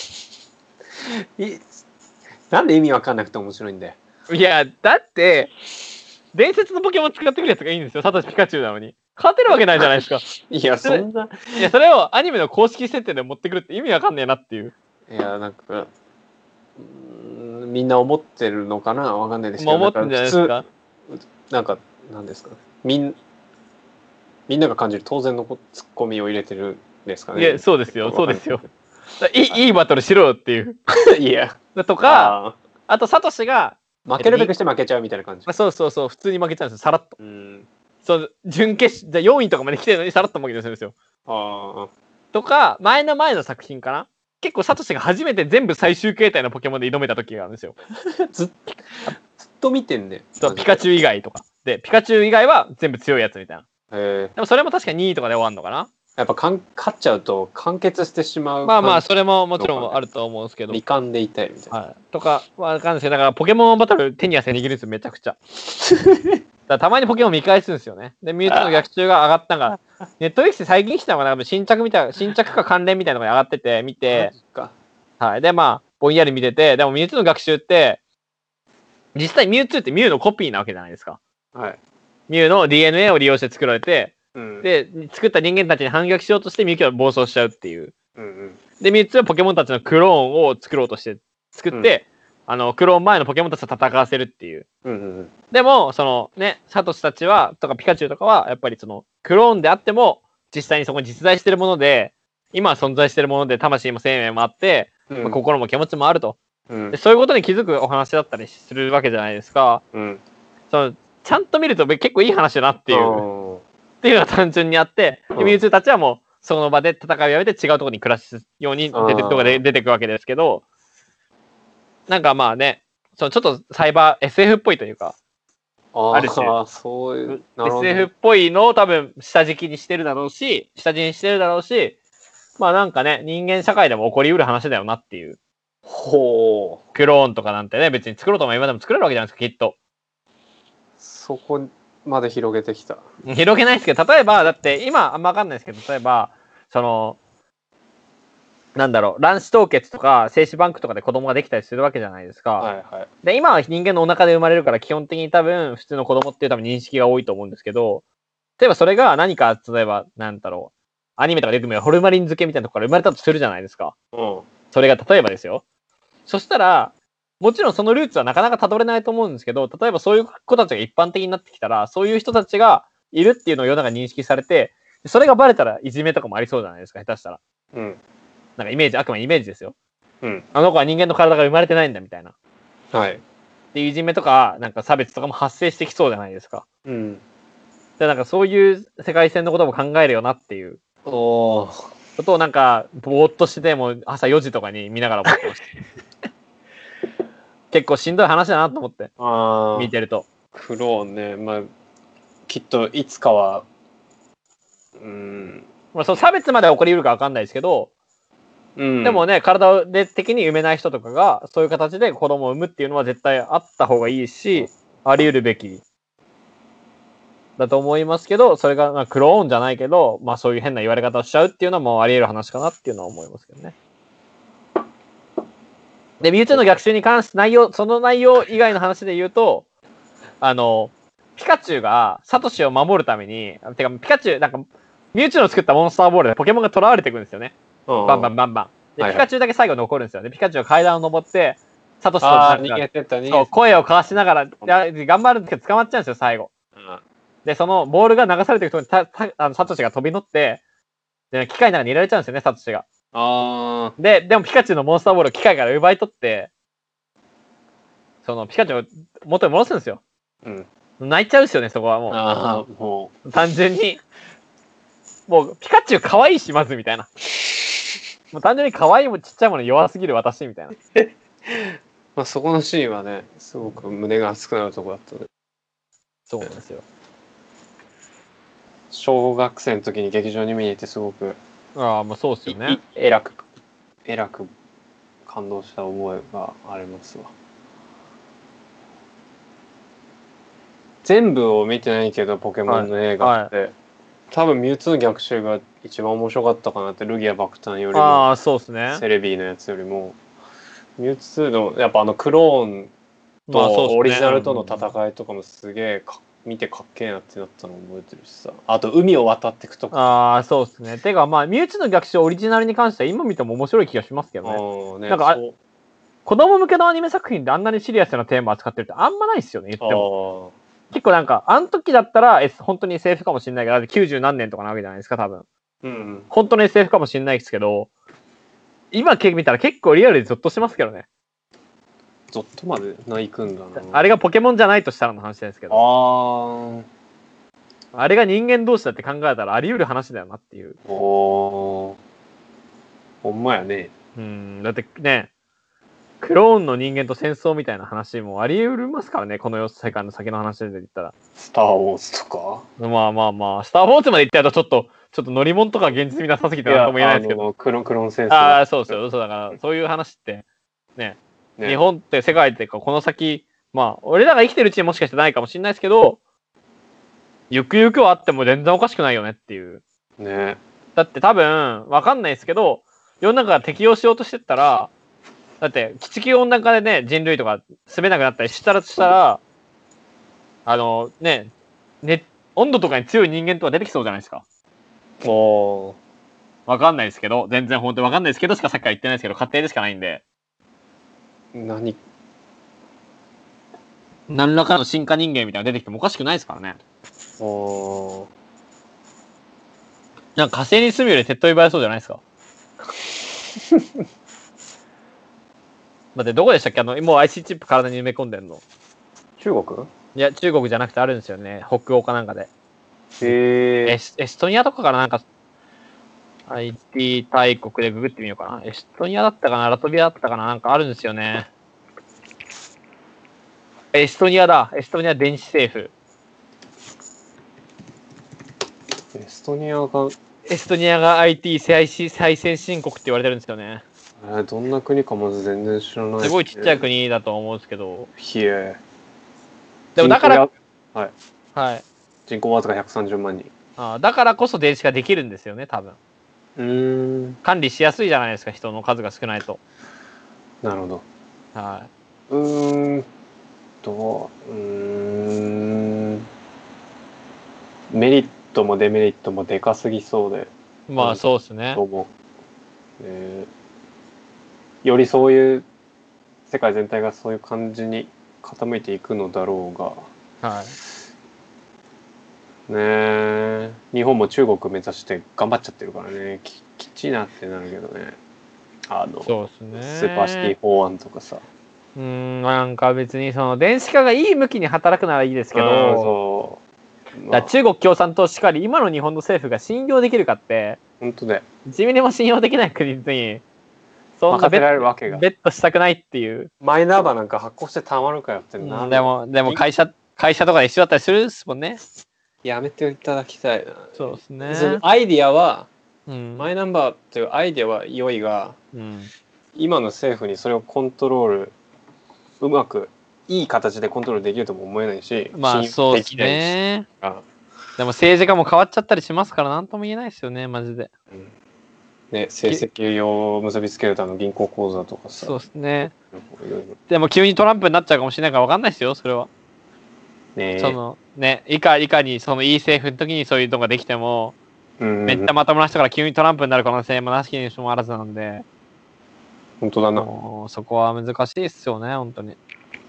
なんで意味わかんなくて面白いんだよ。 いや、だって、伝説のポケモン使ってくるやつがいいんですよ、サトシピカチュウなのに。勝てるわけないじゃないですか。 いや、そんな。 いや、それをアニメの公式設定で持ってくるって意味わかんねえなっていう。 いや、なんか、みんな思ってるのかなわかんないですけど、 思ってるんじゃないですか。 なんか、なんですかみんなが感じる当然のツッコミを入れてるんですかね。 いや、そうですよ、そうですよ。いいバトルしろよっていう。 いや。 とか、あと、サトシが、 負けるべくして負けちゃうみたいな感じ。 そうそうそう、普通に負けちゃうんですよ、さらっと。そう、準決勝、4位とかまで来てるのにさらっと負けてるんですよ。とか、前の作品かな結構サトシが初めて全部最終形態のポケモンで挑めた時があるんですよ。 ずっと見てんね。 ピカチュウ以外とか。で、ピカチュウ以外は全部強いやつみたいな。でもそれも確か2位とかで終わるのかな。 やっぱ勝っちゃうと完結してしまう。 まあまあ、それももちろんあると思うんですけど。 未完でいたいみたいな。 はい。とか、わかんないですけど、だからポケモンバトル手に汗握るんですよ、めちゃくちゃ。だたまにポケモン見返すんですよね。で、ミュウツーの逆襲が上がったのが、ネットフリックス最近来たのが、新着か関連みたいなのが上がってて、見て、はい。で、まあ、ぼんやり見てて、でもミュウツーの逆襲って、実際ミュウツーってミュウのコピーなわけじゃないですか。 はい。 ミュウの DNA を利用して作られて、で、作った人間たちに反逆しようとしてミュウキは暴走しちゃうっていう。で、ミュウツーはポケモンたちのクローンを作ろうとして作って、クローン前のポケモンたちと戦わせるっていう。でも、そのね、サトシたちは、とかピカチュウとかは、やっぱりその、クローンであっても、実際にそこに実在してるもので、今は存在してるもので、魂も生命もあって、まあ、心も気持ちもあると、で。そういうことに気づくお話だったりするわけじゃないですか。そのちゃんと見ると結構いい話だなっていう。っていうのが単純にあって、ミュウツーたちはもう、その場で戦いをやめて違うところに暮らすように出てくわけですけど、なんかまあね、ちょっとサイバー SF っぽいというか、ある種、 そういう SF っぽいのを多分下敷きにしてるだろうし、まあなんかね、人間社会でも起こりうる話だよなっていう。 ほう。 クローンとかなんてね、別に作ろうとも今でも作れるわけじゃないですか、きっと。 そこまで広げてきた。 広げないですけど、例えば、だって今あんま分かんないですけど、例えば、その、なんだろう、卵子凍結とか精子バンクとかで子供ができたりするわけじゃないですか。 はいはい、 で、今は人間のお腹で生まれるから、基本的に多分、普通の子供っていう多分認識が多いと思うんですけど、例えばそれが何か、例えば、なんだろう、アニメとかで出てくるホルマリン漬けみたいなところから生まれたとするじゃないですか。それが例えばですよ。そしたら、もちろんそのルーツはなかなかたどれないと思うんですけど、例えばそういう子たちが一般的になってきたら、そういう人たちがいるっていうのを世の中に認識されて、それがバレたらいじめとかもありそうじゃないですか、下手したら。なんかイメージ、あくまでイメージですよ。あの子は人間の体が生まれてないんだみたいな。 はい。 で、いじめとか、なんか差別とかも発生してきそうじゃないですか。で、なんかそういう世界線のことも考えるよなっていう。ことをなんか、ぼーっとしても朝4時とかに見ながら思ってました。結構しんどい話だなと思って。見てると。 クローンね、まあ、きっといつかは、 まあ、その差別までは起こりうるか分かんないですけど、でもね、体で的に産めない人とかが、そういう形で子供を産むっていうのは絶対あった方がいいし、あり得るべきだと思いますけど、それがまあクローンじゃないけど、まあそういう変な言われ方をしちゃうっていうのはもうあり得る話かなっていうのは思いますけどね。で、ミュウツーの逆襲に関してその内容以外の話で言うと、ピカチュウがサトシを守るために、てかピカチュウ、なんか、ミュウツーの作ったモンスターボールでポケモンが囚われていくんですよね。バンバンバンバン。で、ピカチュウだけ最後残るんですよね。ピカチュウが階段を登って、サトシとそう声を交わしながら、頑張るんですけど捕まっちゃうんですよ、最後。で、そのボールが流されていくところにサトシが飛び乗って、で、機械の中に入れられちゃうんですよね、サトシが。でもピカチュウのモンスターボールを機械から奪い取って、そのピカチュウを元に戻すんですよ。泣いちゃうですよね、そこはもう。単純に。 もうピカチュウ可愛いし、まずみたいな。もう単純に可愛いもちっちゃいもの弱すぎる私みたいな。 まあそこのシーンはね、すごく胸が熱くなるところだったね。 そうなんですよ。 小学生の時に劇場に見に行ってすごくああ、もうそうですよね。 えらく感動した覚えがありますわ。全部を見てないけどポケモンの映画って、はいはい、多分ミュウツーの逆襲が一番面白かったかなって。ルギア爆誕よりも、 そうですね、 セレビーのやつよりもミュウツーのやっぱクローンとオリジナルとの戦いとかもすげえ見てかっけえなってなったのを覚えてるしさ。あと海を渡っていくとか。 そうですね。てかまあミュウツーの逆襲オリジナルに関しては今見ても面白い気がしますけどね。なんか子供向けのアニメ作品であんなにシリアスなテーマ扱ってるってあんまないっすよね、言っても。結構なんかあの時だったら本当に SF かもしれないけど、90何年とかなわけじゃないですか多分。 うん、 本当の SF かもしれないですけど、今見たら結構リアルでゾッとしますけどね。 ゾッとまで行くんだな。 あれがポケモンじゃないとしたらの話ですけど。あれが人間同士だって考えたらあり得る話だよなっていう。 ほんまやね。 だってね、クローンの人間と戦争みたいな話もあり得ますからね、この世界の先の話で言ったら。 スター・ウォーズとか。 まあ、スター・ウォーズまで言っちゃうとちょっと乗り物とか現実味なさすぎて何とも言えないですけど。 クロン戦争。 そうですよ。そうだから、そういう話ってね、日本って世界っていうか、この先、まあ、俺らが生きてるうちにもしかしてないかもしれないですけど、ゆくゆくはあっても全然おかしくないよねっていう。 ね。 だって多分、わかんないですけど、世の中が適応しようとしてったら、だって、地球温暖化でね、人類とか住めなくなったりしたら、温度とかに強い人間とか出てきそうじゃないですか。わかんないですけど、全然本当にわかんないですけどしかさっきから言ってないですけど、仮定でしかないんで。何らかの進化人間みたいなの出てきてもおかしくないですからね。なんか火星に住むより手っ取り早そうじゃないですか。だってどこでしたっけ、もう IC チップ体に埋め込んでんの。 中国？ いや、中国じゃなくてあるんですよね。北欧かなんかで。 エストニアとかからなんか、IT 大国でググってみようかな。エストニアだったかな、ラトビアだったかな、なんかあるんですよね。エストニアだ。エストニア電子政府。 エストニアが IT 最先進国って言われてるんですよね。 どんな国かまず全然知らない、 すごいちっちゃい国だと思うんですけど。 でもだから、 はい。人口わずか130万人。 だからこそ電子化できるんですよね、多分。管理しやすいじゃないですか、人の数が少ないと。 なるほど。 はい。 メリットもデメリットもでかすぎそうで。 まあそうですね。 よりそういう世界全体がそういう感じに傾いていくのだろうが。 はい。 ね、日本も中国目指して頑張っちゃってるからね。きちいなってなるけどね。 そうですね。 スーパーシティ法案とかさ。 なんか別にその電子化がいい向きに働くならいいですけど、だ中国共産党しかり今の日本の政府が信用できるかって、 本当だよ。 地味にも信用できない国にそんなベットしたくないっていう。 マイナンバーなんか発行してたまるかよってな。 でも会社とかで一緒だったりするっすもんね。 やめていただきたいな。 そうですね。 アイディアは、マイナンバーっていうアイディアは良いが、今の政府にそれをコントロールうまくいい形でコントロールできるとも思えないし、 まあそうですね。でも政治家も変わっちゃったりしますから何とも言えないですよね、マジで。 ね、成績を結びつけるための銀行口座とかさ。 そうですね。でも急にトランプになっちゃうかもしれないから分かんないですよ、それは。そのね、いかにそのいい政府の時にそういうのができても、めっちゃまともな人から急にトランプになる可能性もなしにしてもあらずなんで。 本当だな。 そこは難しいっすよね、本当に。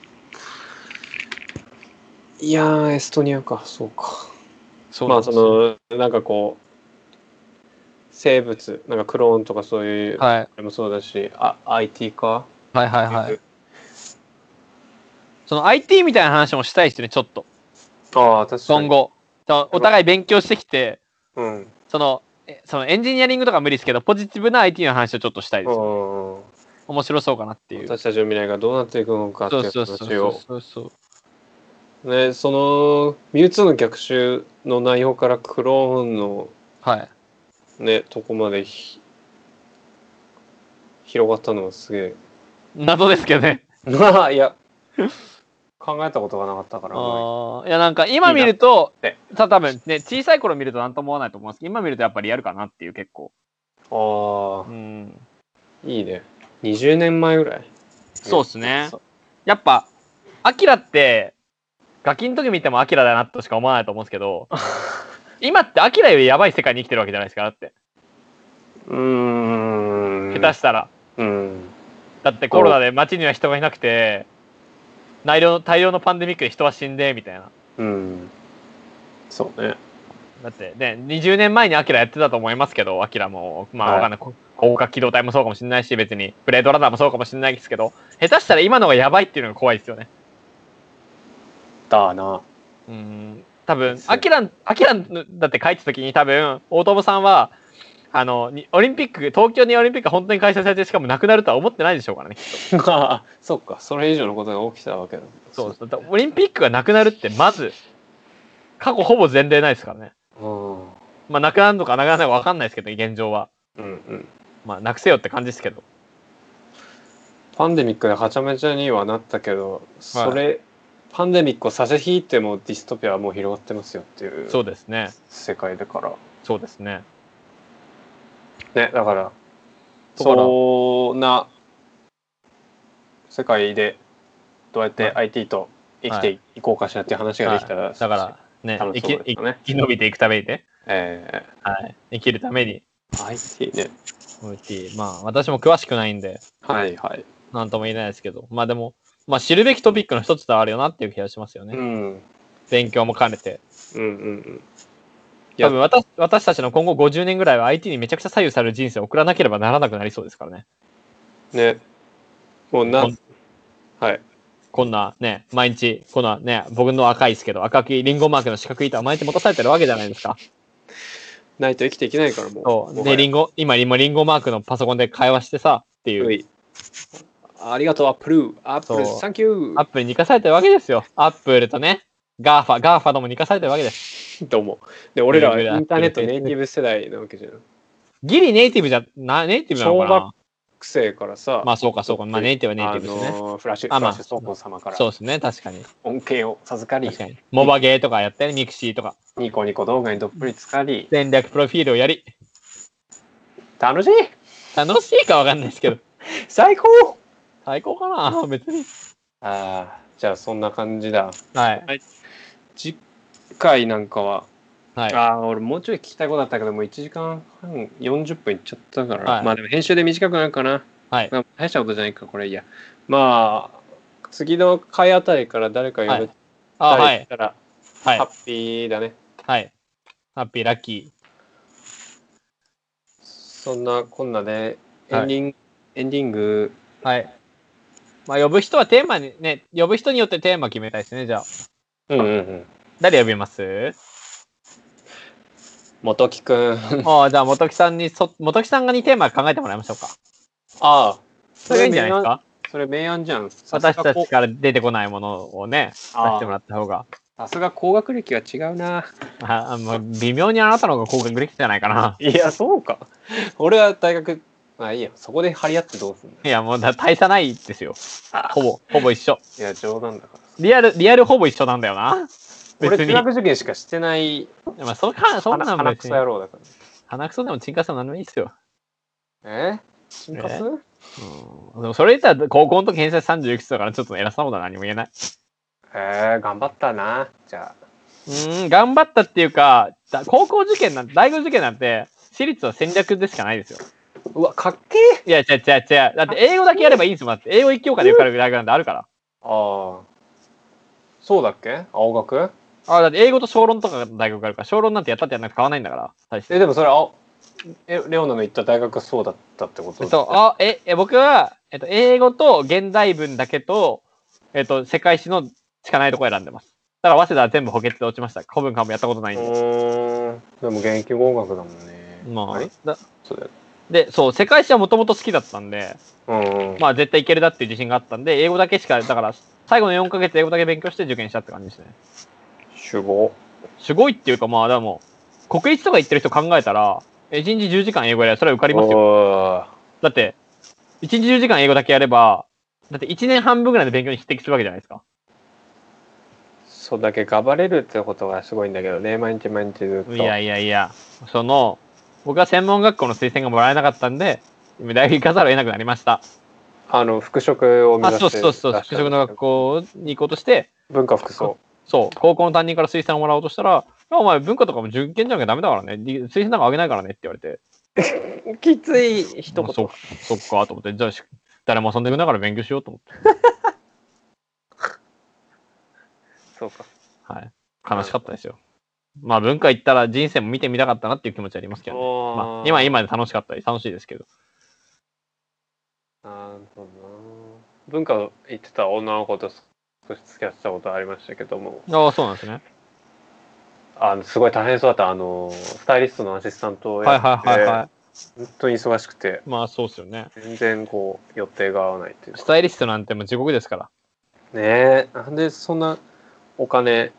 いやー、エストニアか、そうか。まあなんかこう生物なんかクローンとかそういう、あれもそうだし、IT か。 その IT みたいな話もしたいですね、ちょっと。 確かに。 今後お互い勉強してきて、そのそのエンジニアリングとか無理ですけど、ポジティブな IT の話をちょっとしたいですよ。面白そうかなっていう。 私たちの未来がどうなっていくのかっていう話を。 そう。 ね、そのミュウツーの逆襲の内容からクローンの、ね、とこまで広がったのはすげえ。 謎ですけどね。 いや、考えたことがなかったから。 いや、なんか今見ると、多分ね、小さい頃見ると何とも思わないと思うんですけど、今見るとやっぱりやるかなっていう結構。 いいね。20年前ぐらい。 そうっすね。やっぱ、アキラって、ガキの時見てもアキラだなとしか思わないと思うんですけど、今ってアキラよりやばい世界に生きてるわけじゃないですか、だって。下手したら。だってコロナで街には人がいなくて、大量のパンデミックで人は死んで、みたいな。 そうね。 だってね、20年前にアキラやってたと思いますけど、アキラも、まあわかんない。広角機動隊もそうかもしれないし、別に、ブレードランナーもそうかもしれないですけど、下手したら今のがやばいっていうのが怖いですよね。 だな。 多分、アキラだって書いてた時に多分、大友さんは、オリンピック、東京にオリンピックが本当に開催されて、しかもなくなるとは思ってないでしょうからね、きっと。 そっか、それ以上のことが起きたわけだ。 そうです。オリンピックがなくなるって、まず、過去ほぼ前例ないですからね。まあ、なくなるのかなくならないか分かんないですけど、現状は。まあ、なくせよって感じですけど。 パンデミックではちゃめちゃにはなったけど、パンデミックを差し引いてもディストピアはもう広がってますよっていう。 そうですね。 世界だから。 そうですね。 ね、だから、そんな世界でどうやって IT と生きていこうかしらっていう話ができたら、 だからね、生き延びていくためにね。生きるために。 IT ね。 IT。まあ、私も詳しくないんで。なんとも言えないですけど。まあでも、まあ知るべきトピックの一つではあるよなっていう気がしますよね。勉強も兼ねて。多分私たちの今後50年ぐらいは IT にめちゃくちゃ左右される人生を送らなければならなくなりそうですからね。 ね。もうこんなね、毎日、こんなね、僕の赤いですけど、赤きリンゴマークの四角い板を毎日持たされてるわけじゃないですか。 ないと生きていけないからもう。そう。で、今リンゴマークのパソコンで会話してさ、っていう。 ありがとう、アップル、サンキュー。 アップルに生かされてるわけですよ。アップルとね、ガーファどもに生かされてるわけです。 どうも。で、俺らはインターネットネイティブ世代なわけじゃん。 ギリネイティブなのかな。 小学生からさ。 まあそうか。まあネイティブはネイティブですね。 フラッシュ走行様から。 そうですね、確かに。 恩恵を授かり。 確かに。モバゲーとかやったり、ミクシーとか。 ニコニコ動画にどっぷり浸かり。 戦略プロフィールをやり。 楽しいかわかんないですけど。 最高かな別に。 じゃあそんな感じだ。次回なんかは、俺もうちょい聞きたいことだったけどもう1時間半40分いっちゃったから、まあでも編集で短くなるかな。大したことじゃないかこれ。いや、まあ次の回あたりから誰か呼べたりしたらハッピーだね。 ハッピーラッキー。 そんなこんなでエンディング。 まあ呼ぶ人はテーマにね、呼ぶ人によってテーマ決めたいですね、じゃあ。誰呼びます？ 元木くん。 じゃあ元木さんにテーマ考えてもらいましょうか。それがいいんじゃないですか？ それ明暗じゃん。 私たちから出てこないものをね、出してもらった方が。 さすが高学歴は違うな。 微妙にあなたの方が高学歴じゃないかな。 いや、そうか。俺は大学、いいや、そこで張り合ってどうすんの？ いや、もう大差ないですよ。ほぼ一緒。 いや、冗談だから。 リアルほぼ一緒なんだよな。 俺、中学受験しかしてない。 まあ、そんな鼻くそ野郎だから。 鼻くそでもチンカスでも何でもいいっすよ。 チンカス？ でもそれ言ったら高校の時偏差30いくつだからちょっと偉そうなことは何も言えない。 頑張ったな。じゃあ。 頑張ったっていうか、高校受験大学受験なんて、私立は戦略でしかないですよ。 うわ、かっけえ。いや、違う。だって英語だけやればいいんですもん。だって英語1教科で受かる大学なんてあるから。 そうだっけ？青学？ だって英語と小論とか大学があるから、小論なんてやったってやんなくて変わらないんだから。 でもそれレオナの言った大学そうだったってこと？ 僕は、英語と現代文だけと、世界史のしかないとこ選んでます。だから早稲田は全部補欠で落ちました。古文科もやったことないんで。 でも現役合格だもんね。 まあ、 そうだよ。 で、そう、世界史はもともと好きだったんで、まあ絶対いけるだっていう自信があったんで、英語だけしか、だから、最後の4ヶ月英語だけ勉強して受験したって感じですね。 すごいっていうか、まあでも、国立とか行ってる人考えたら、1日10時間英語やればそれは受かりますよ。だって、1日10時間英語だけやれば、だって1年半分ぐらいの勉強に匹敵するわけじゃないですか。 そんだけ頑張れるってことがすごいんだけどね、毎日毎日ずっと。 いや、僕は専門学校の推薦がもらえなかったんで、大学行かざるを得なくなりました。 服飾を目指して。 そう、服飾の学校に行こうとして、 文化服装。 そう、高校の担任から推薦をもらおうとしたら、お前文化とかも受験じゃなきゃダメだからね、推薦なんかあげないからねって言われて。 きつい一言。 そっかと思って、じゃあ誰も遊んでくれながら勉強しようと思って。 そうか。 はい。悲しかったですよ。まあ文化行ったら人生も見てみたかったなっていう気持ちありますけどね。まあ今で楽しかったり楽しいですけど。 なるほどな。文化行ってた女の子と少し付き合ってたことありましたけども。 ああ、そうなんですね。 すごい大変そうだった。スタイリストのアシスタントをやって、本当に忙しくて。 まあそうですよね。 全然こう予定が合わないっていうか。 スタイリストなんてもう地獄ですから。 ねえ、なんでそんなお金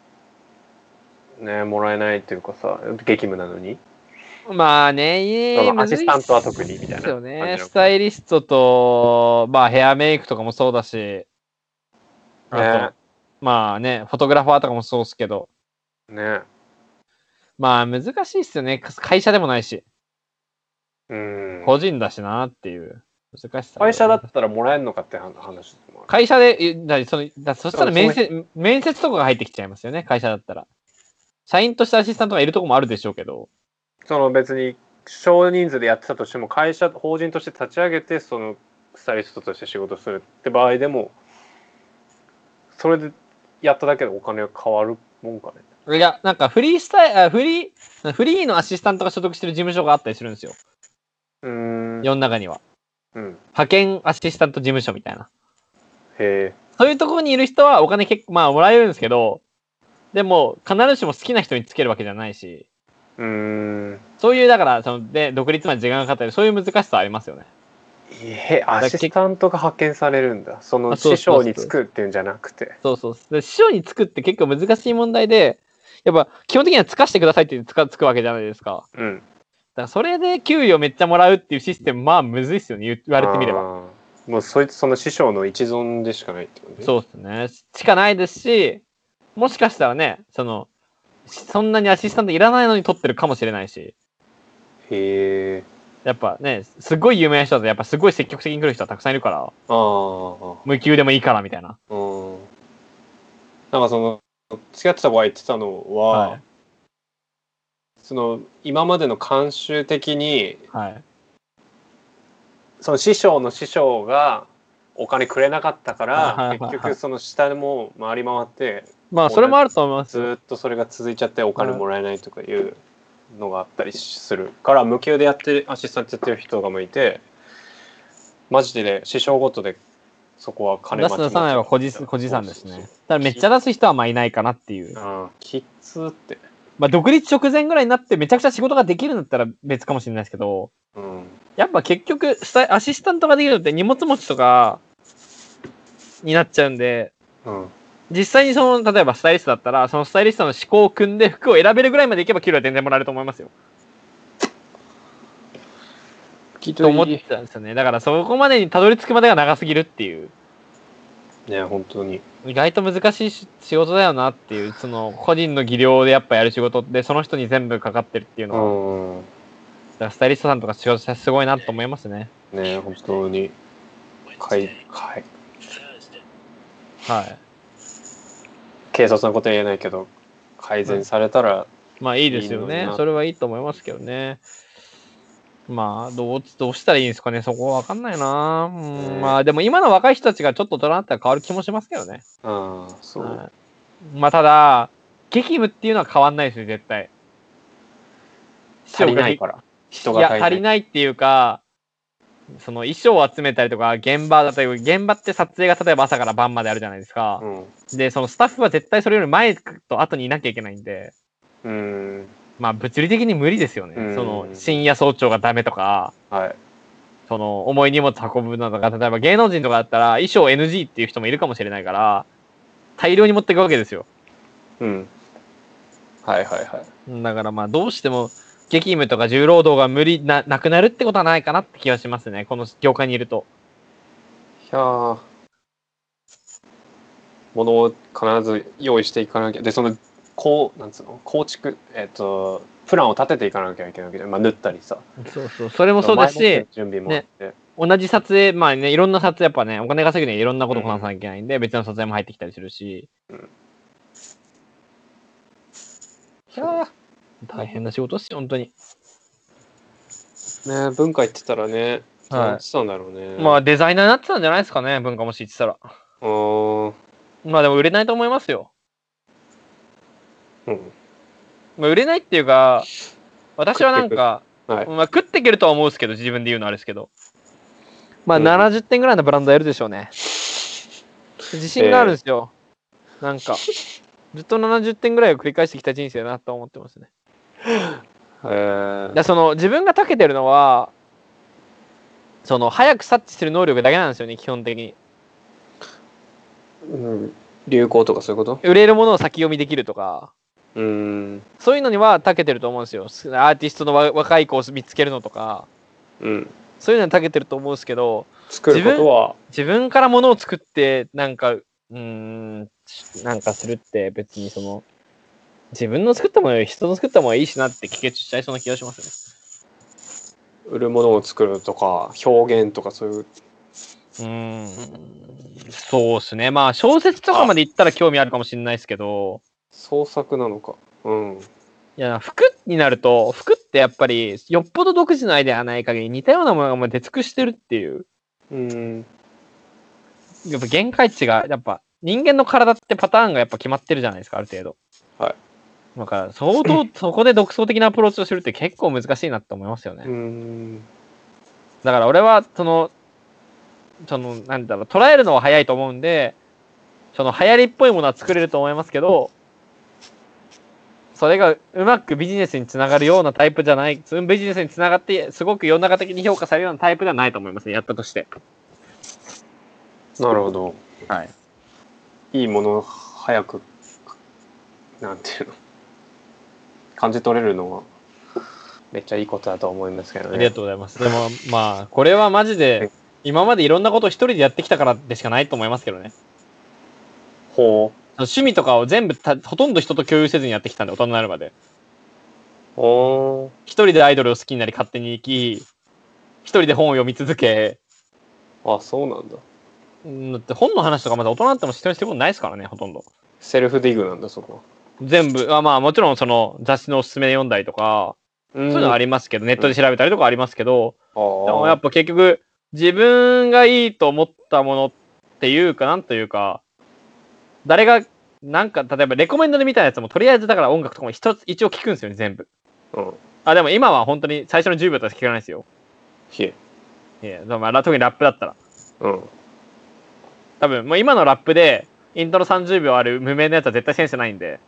ねもらえないっていうかさ、激務なのに。 まあね、 そのアシスタントは特にみたいな。ですよね。スタイリストと、まあヘアメイクとかもそうだし、あと、まあね、フォトグラファーとかもそうですけど。 ね。 まあ難しいっすよね。会社でもないし。個人だしなっていう難しさ。 会社だったらもらえるのかって話。 会社で、そしたら面接とかが入ってきちゃいますよね。会社だったら。社員としてアシスタントがいるとこもあるでしょうけど。 別に少人数でやってたとしても法人として立ち上げてスタイリストとして仕事するって場合でもそれでやっただけでお金が変わるもんかね。いやなんかフリーのアシスタントが所属してる事務所があったりするんですよ。世の中には、派遣アシスタント事務所みたいな。 へえ。 そういうところにいる人はお金結構まあもらえるんですけど、でも必ずしも好きな人につけるわけじゃないし。そういうだから独立まで時間がかかったりそういう難しさありますよね。 アシスタントが派遣されるんだ。師匠につくっていうんじゃなくて。 師匠につくって結構難しい問題で、やっぱ基本的にはつかしてくださいってつくわけじゃないですか。だからそれで給料めっちゃもらうっていうシステム、まあむずいっすよね、言われてみれば。 もうその師匠の一存でしかないってことね。 そうですね。しかないですし、もしかしたらね、そんなにアシスタントいらないのに取ってるかもしれないし。 へえ。 やっぱね、すごい有名な人だとやっぱすごい積極的に来る人はたくさんいるから、無給でもいいからみたいな。 なんか付き合ってた場合言ってたのは、今までの慣習的に、その師匠の師匠がお金くれなかったから、結局その下でも回り回って、 まあそれもあると思います。 ずっとそれが続いちゃってお金もらえないとかいうのがあったりするから無給でやってアシスタントやってる人がもいて、マジで師匠ごとでそこは金出す出さないは個人差ですね。だからめっちゃ出す人はまあいないかなっていう。 きつって。 まあ独立直前ぐらいになってめちゃくちゃ仕事ができるんだったら別かもしれないですけど、やっぱ結局アシスタントができるのって荷物持ちとかになっちゃうんで、実際に例えばスタイリストだったらそのスタイリストの思考を組んで服を選べるぐらいまでいけば給料は全然もらえると思いますよ。と思ってたんですよね。だからそこまでにたどり着くまでが長すぎるっていう。 ね、本当に意外と難しい仕事だよなっていう、個人の技量でやっぱやる仕事ってその人に全部かかってるっていうのは、だからスタイリストさんとか仕事してすごいなと思いますね。 ね、本当に軽率なことは言えないけど改善されたらまあいいですよね。それはいいと思いますけどね。まあどうしたらいいんですかね、そこは分かんないな。まあでも今の若い人たちがちょっと大人になったら変わる気もしますけどね。 そう。 まあただ激務っていうのは変わんないですよ絶対。 足りないから人が足りないっていうか、衣装を集めたりとか現場って撮影が例えば朝から晩まであるじゃないですか。でスタッフは絶対それより前と後にいなきゃいけないんで。 まあ物理的に無理ですよね。その深夜早朝がダメとか、 はい、 その重い荷物運ぶのとか、例えば芸能人とかだったら衣装 NG っていう人もいるかもしれないから、大量に持っていくわけですよ。 うん。はいはいはい。 だからまあどうしても激務とか重労働がなくなるってことはないかなって気がしますね。この業界にいると。 いやー、物を必ず用意していかなきゃ。で、そのなんつうの、構築、プランを立てていかなきゃいけないわけで、まあ縫ったりさ。 そうそう、それもそうだし、 準備もあって、 ね、同じ撮影、まあね、いろんな撮影やっぱね、お金稼ぐにはいろんなことをこなさなきゃいけないんで、別の撮影も入ってきたりするし。 うん、いやー、大変な仕事っすよ、本当に。 ね、文化言ってたらね、どうなってたんだろうね。 まあデザイナーになってたんじゃないですかね、文化もし言ってたら。まあでも売れないと思いますよ。 うん。 まあ売れないっていうか、私はなんか、 はい、 まあ食っていけるとは思うんですけど、自分で言うのあれですけど。まあ70点ぐらいのブランドやるでしょうね。自信があるんですよ。なんか、ずっと70点ぐらいを繰り返してきた人生だなと思ってますね。その自分が長けてるのは、その早く察知する能力だけなんですよね、基本的に。 うん、流行とかそういうこと？ 売れるものを先読みできるとか、 そういうのには長けてると思うんですよ。アーティストの若い子を見つけるのとか、 うん、 そういうのに長けてると思うんですけど、 作ることは自分からものを作ってなんかなんかするって別にその自分の作ったものより人の作ったものはいいしなって帰結しちゃいそうな気がしますね。売るものを作るとか表現とかそういう。 そうですね。まあ小説とかまで言ったら興味あるかもしれないですけど。 創作なのか。うん。 いや、服になると、服ってやっぱりよっぽど独自のアイデアがない限り似たようなものがもう出尽くしてるっていう。やっぱ限界値が、やっぱ人間の体ってパターンがやっぱ決まってるじゃないですか、ある程度。 はい。 だから相当そこで独創的なアプローチをするって結構難しいなって思いますよね。だから俺はなんだろう、捉えるのは早いと思うんで、その流行りっぽいものは作れると思いますけど、それがうまくビジネスにつながるようなタイプじゃない、ビジネスにつながってすごく世の中的に評価されるようなタイプではないと思いますね、やったとして。 なるほど。 はい。 いいものを早く、なんていうの、感じ取れるのはめっちゃいいことだと思いますけどね。 ありがとうございます。でもまあこれはマジで今までいろんなことを一人でやってきたからでしかないと思いますけどね。 ほう。 趣味とかを全部ほとんど人と共有せずにやってきたんで、大人になるまで。一人でアイドルを好きになり勝手に生き、一人で本を読み続け。 あ、そうなんだ。 だって本の話とかまだ大人になっても人にしてることないですからね、ほとんど。 セルフディグなんだ、そこは。 全部、まあもちろんその雑誌のおすすめ読んだりとか、そういうのはありますけど、ネットで調べたりとかありますけど、でもやっぱ結局、自分がいいと思ったものっていうか、なんというか、誰が、なんか、例えばレコメンドで見たやつも、とりあえずだから音楽とかも一応聞くんですよね、全部。でも今は本当に最初の10秒とか聞かないですよ。特にラップだったら。多分、もう今のラップで、イントロ30秒ある無名のやつは絶対センスないんで。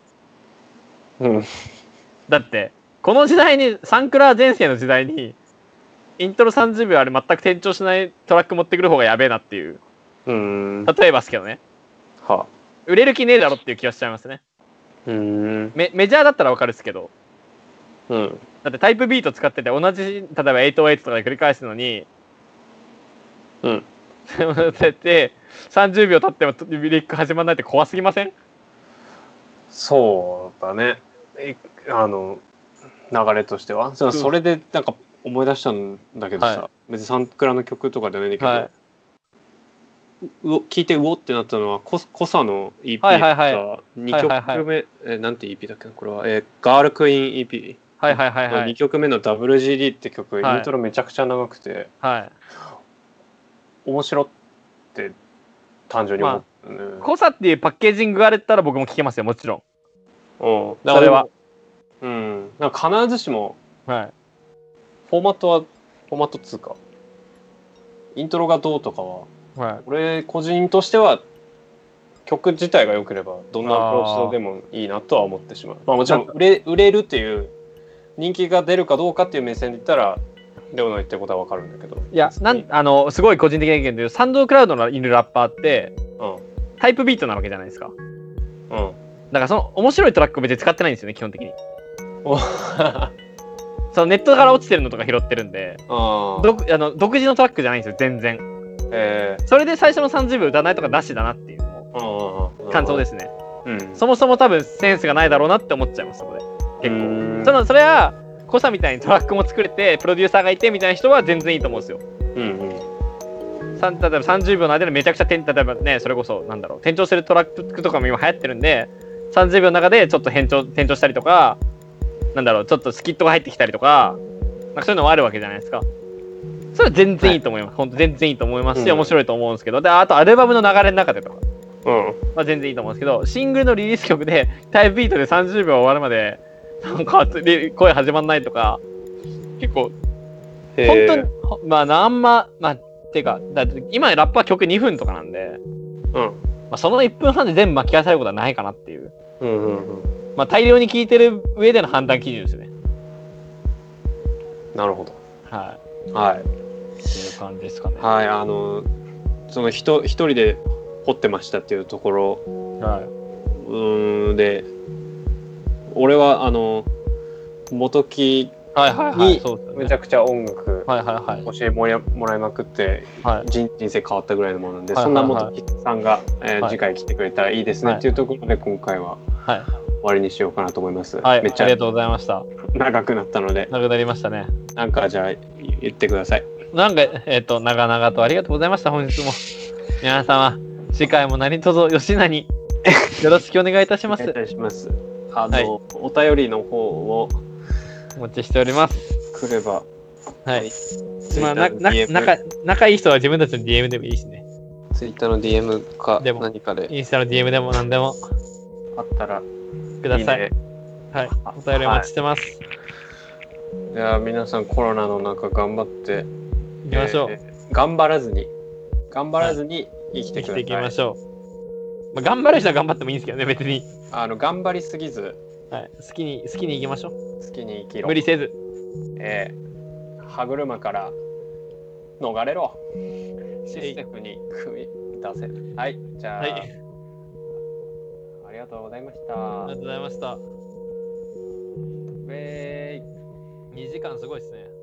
だって、この時代に、サンクラー全盛の時代に、イントロ30秒ある全く転調しないトラック持ってくる方がやべえなっていう。例えばですけどね。売れる気ねえだろっていう気がしちゃいますね。メジャーだったらわかるっすけど。だってタイプビート使ってて同じ、例えば808とかで繰り返すのに、で30秒経ってもリリック始まらないって怖すぎません？ そうだね。流れとしては。それでなんか思い出したんだけどさ、別にサンクラの曲とかじゃないんだけど、聞いてうおってなったのはコサの EP さ、2曲目、なんて EP だっけな、これは、ガールクイーン EP の2曲目の WGD って曲、イントロめちゃくちゃ長くて、面白って単純に思った。 コサっていうパッケージングがあれたら僕も聞けますよ、もちろん。 それは。なんか必ずしも、フォーマットっつうか、イントロがどうとかは、俺個人としては曲自体が良ければどんなアプローチでもいいなとは思ってしまう。まあもちろん売れるっていう人気が出るかどうかっていう目線で言ったらレオの言ってることは分かるんだけど、 いやすごい個人的な意見で言うとサンドクラウドのいるラッパーって、タイプビートなわけじゃないですか。だからその面白いトラックを別に使ってないんですよね、基本的に。そのネットから落ちてるのとか拾ってるんで、独自のトラックじゃないんですよ、全然。それで最初の30秒歌わないとかなしだなっていう感想ですね。そもそも多分センスがないだろうなって思っちゃいます、そこで。結構。それは、コサみたいにトラックも作れて、プロデューサーがいてみたいな人は全然いいと思うんですよ。例えば30秒の間でめちゃくちゃ例えばね、それこそ、転調してるトラックとかも今流行ってるんで、30秒の中でちょっと転調したりとか、ちょっとスキットが入ってきたりとか、そういうのもあるわけじゃないですか。それは全然いいと思います。本当全然いいと思いますし、面白いと思うんですけど、で、あとアルバムの流れの中でとか、全然いいと思うんですけど、シングルのリリース曲でタイプビートで30秒終わるまで、声始まんないとか、結構、本当に、ていうか、だって今ラップは曲2分とかなんで、その1分半で全部巻き返されることはないかなっていう。大量に聴いてる上での判断基準ですよね。 なるほど。 っていう感じですかね。 その一人で掘ってましたっていうところ、で、俺は元木にめちゃくちゃ音楽教えもらいまくって、人生変わったぐらいのものなんで、そんな元木さんが次回来てくれたらいいですねっていうところで今回は終わりにしようかなと思います。 めっちゃありがとうございました。 長くなったので。 長くなりましたね。 なんかじゃあ言ってください。 長々とありがとうございました。本日も皆様次回も何卒よしなによろしくお願いいたします。 お願いいたします。お便りの方をお待ちしております。 来れば。 仲いい人は自分たちの DM でもいいしね。 Twitter の DM か何かで。 インスタの DM でも何でもあったらください。お便りお待ちしてます。 じゃあ皆さんコロナの中頑張っていきましょう。 頑張らずに生きてください。 いきましょう。頑張る人は頑張ってもいいんですけどね、別に。 頑張りすぎず、 好きに生きましょう。 好きに生きろ。 無理せず。 歯車から逃れろ。システムに組み出せ。じゃあ、ありがとうございました。 ありがとうございました。2時間すごいですね。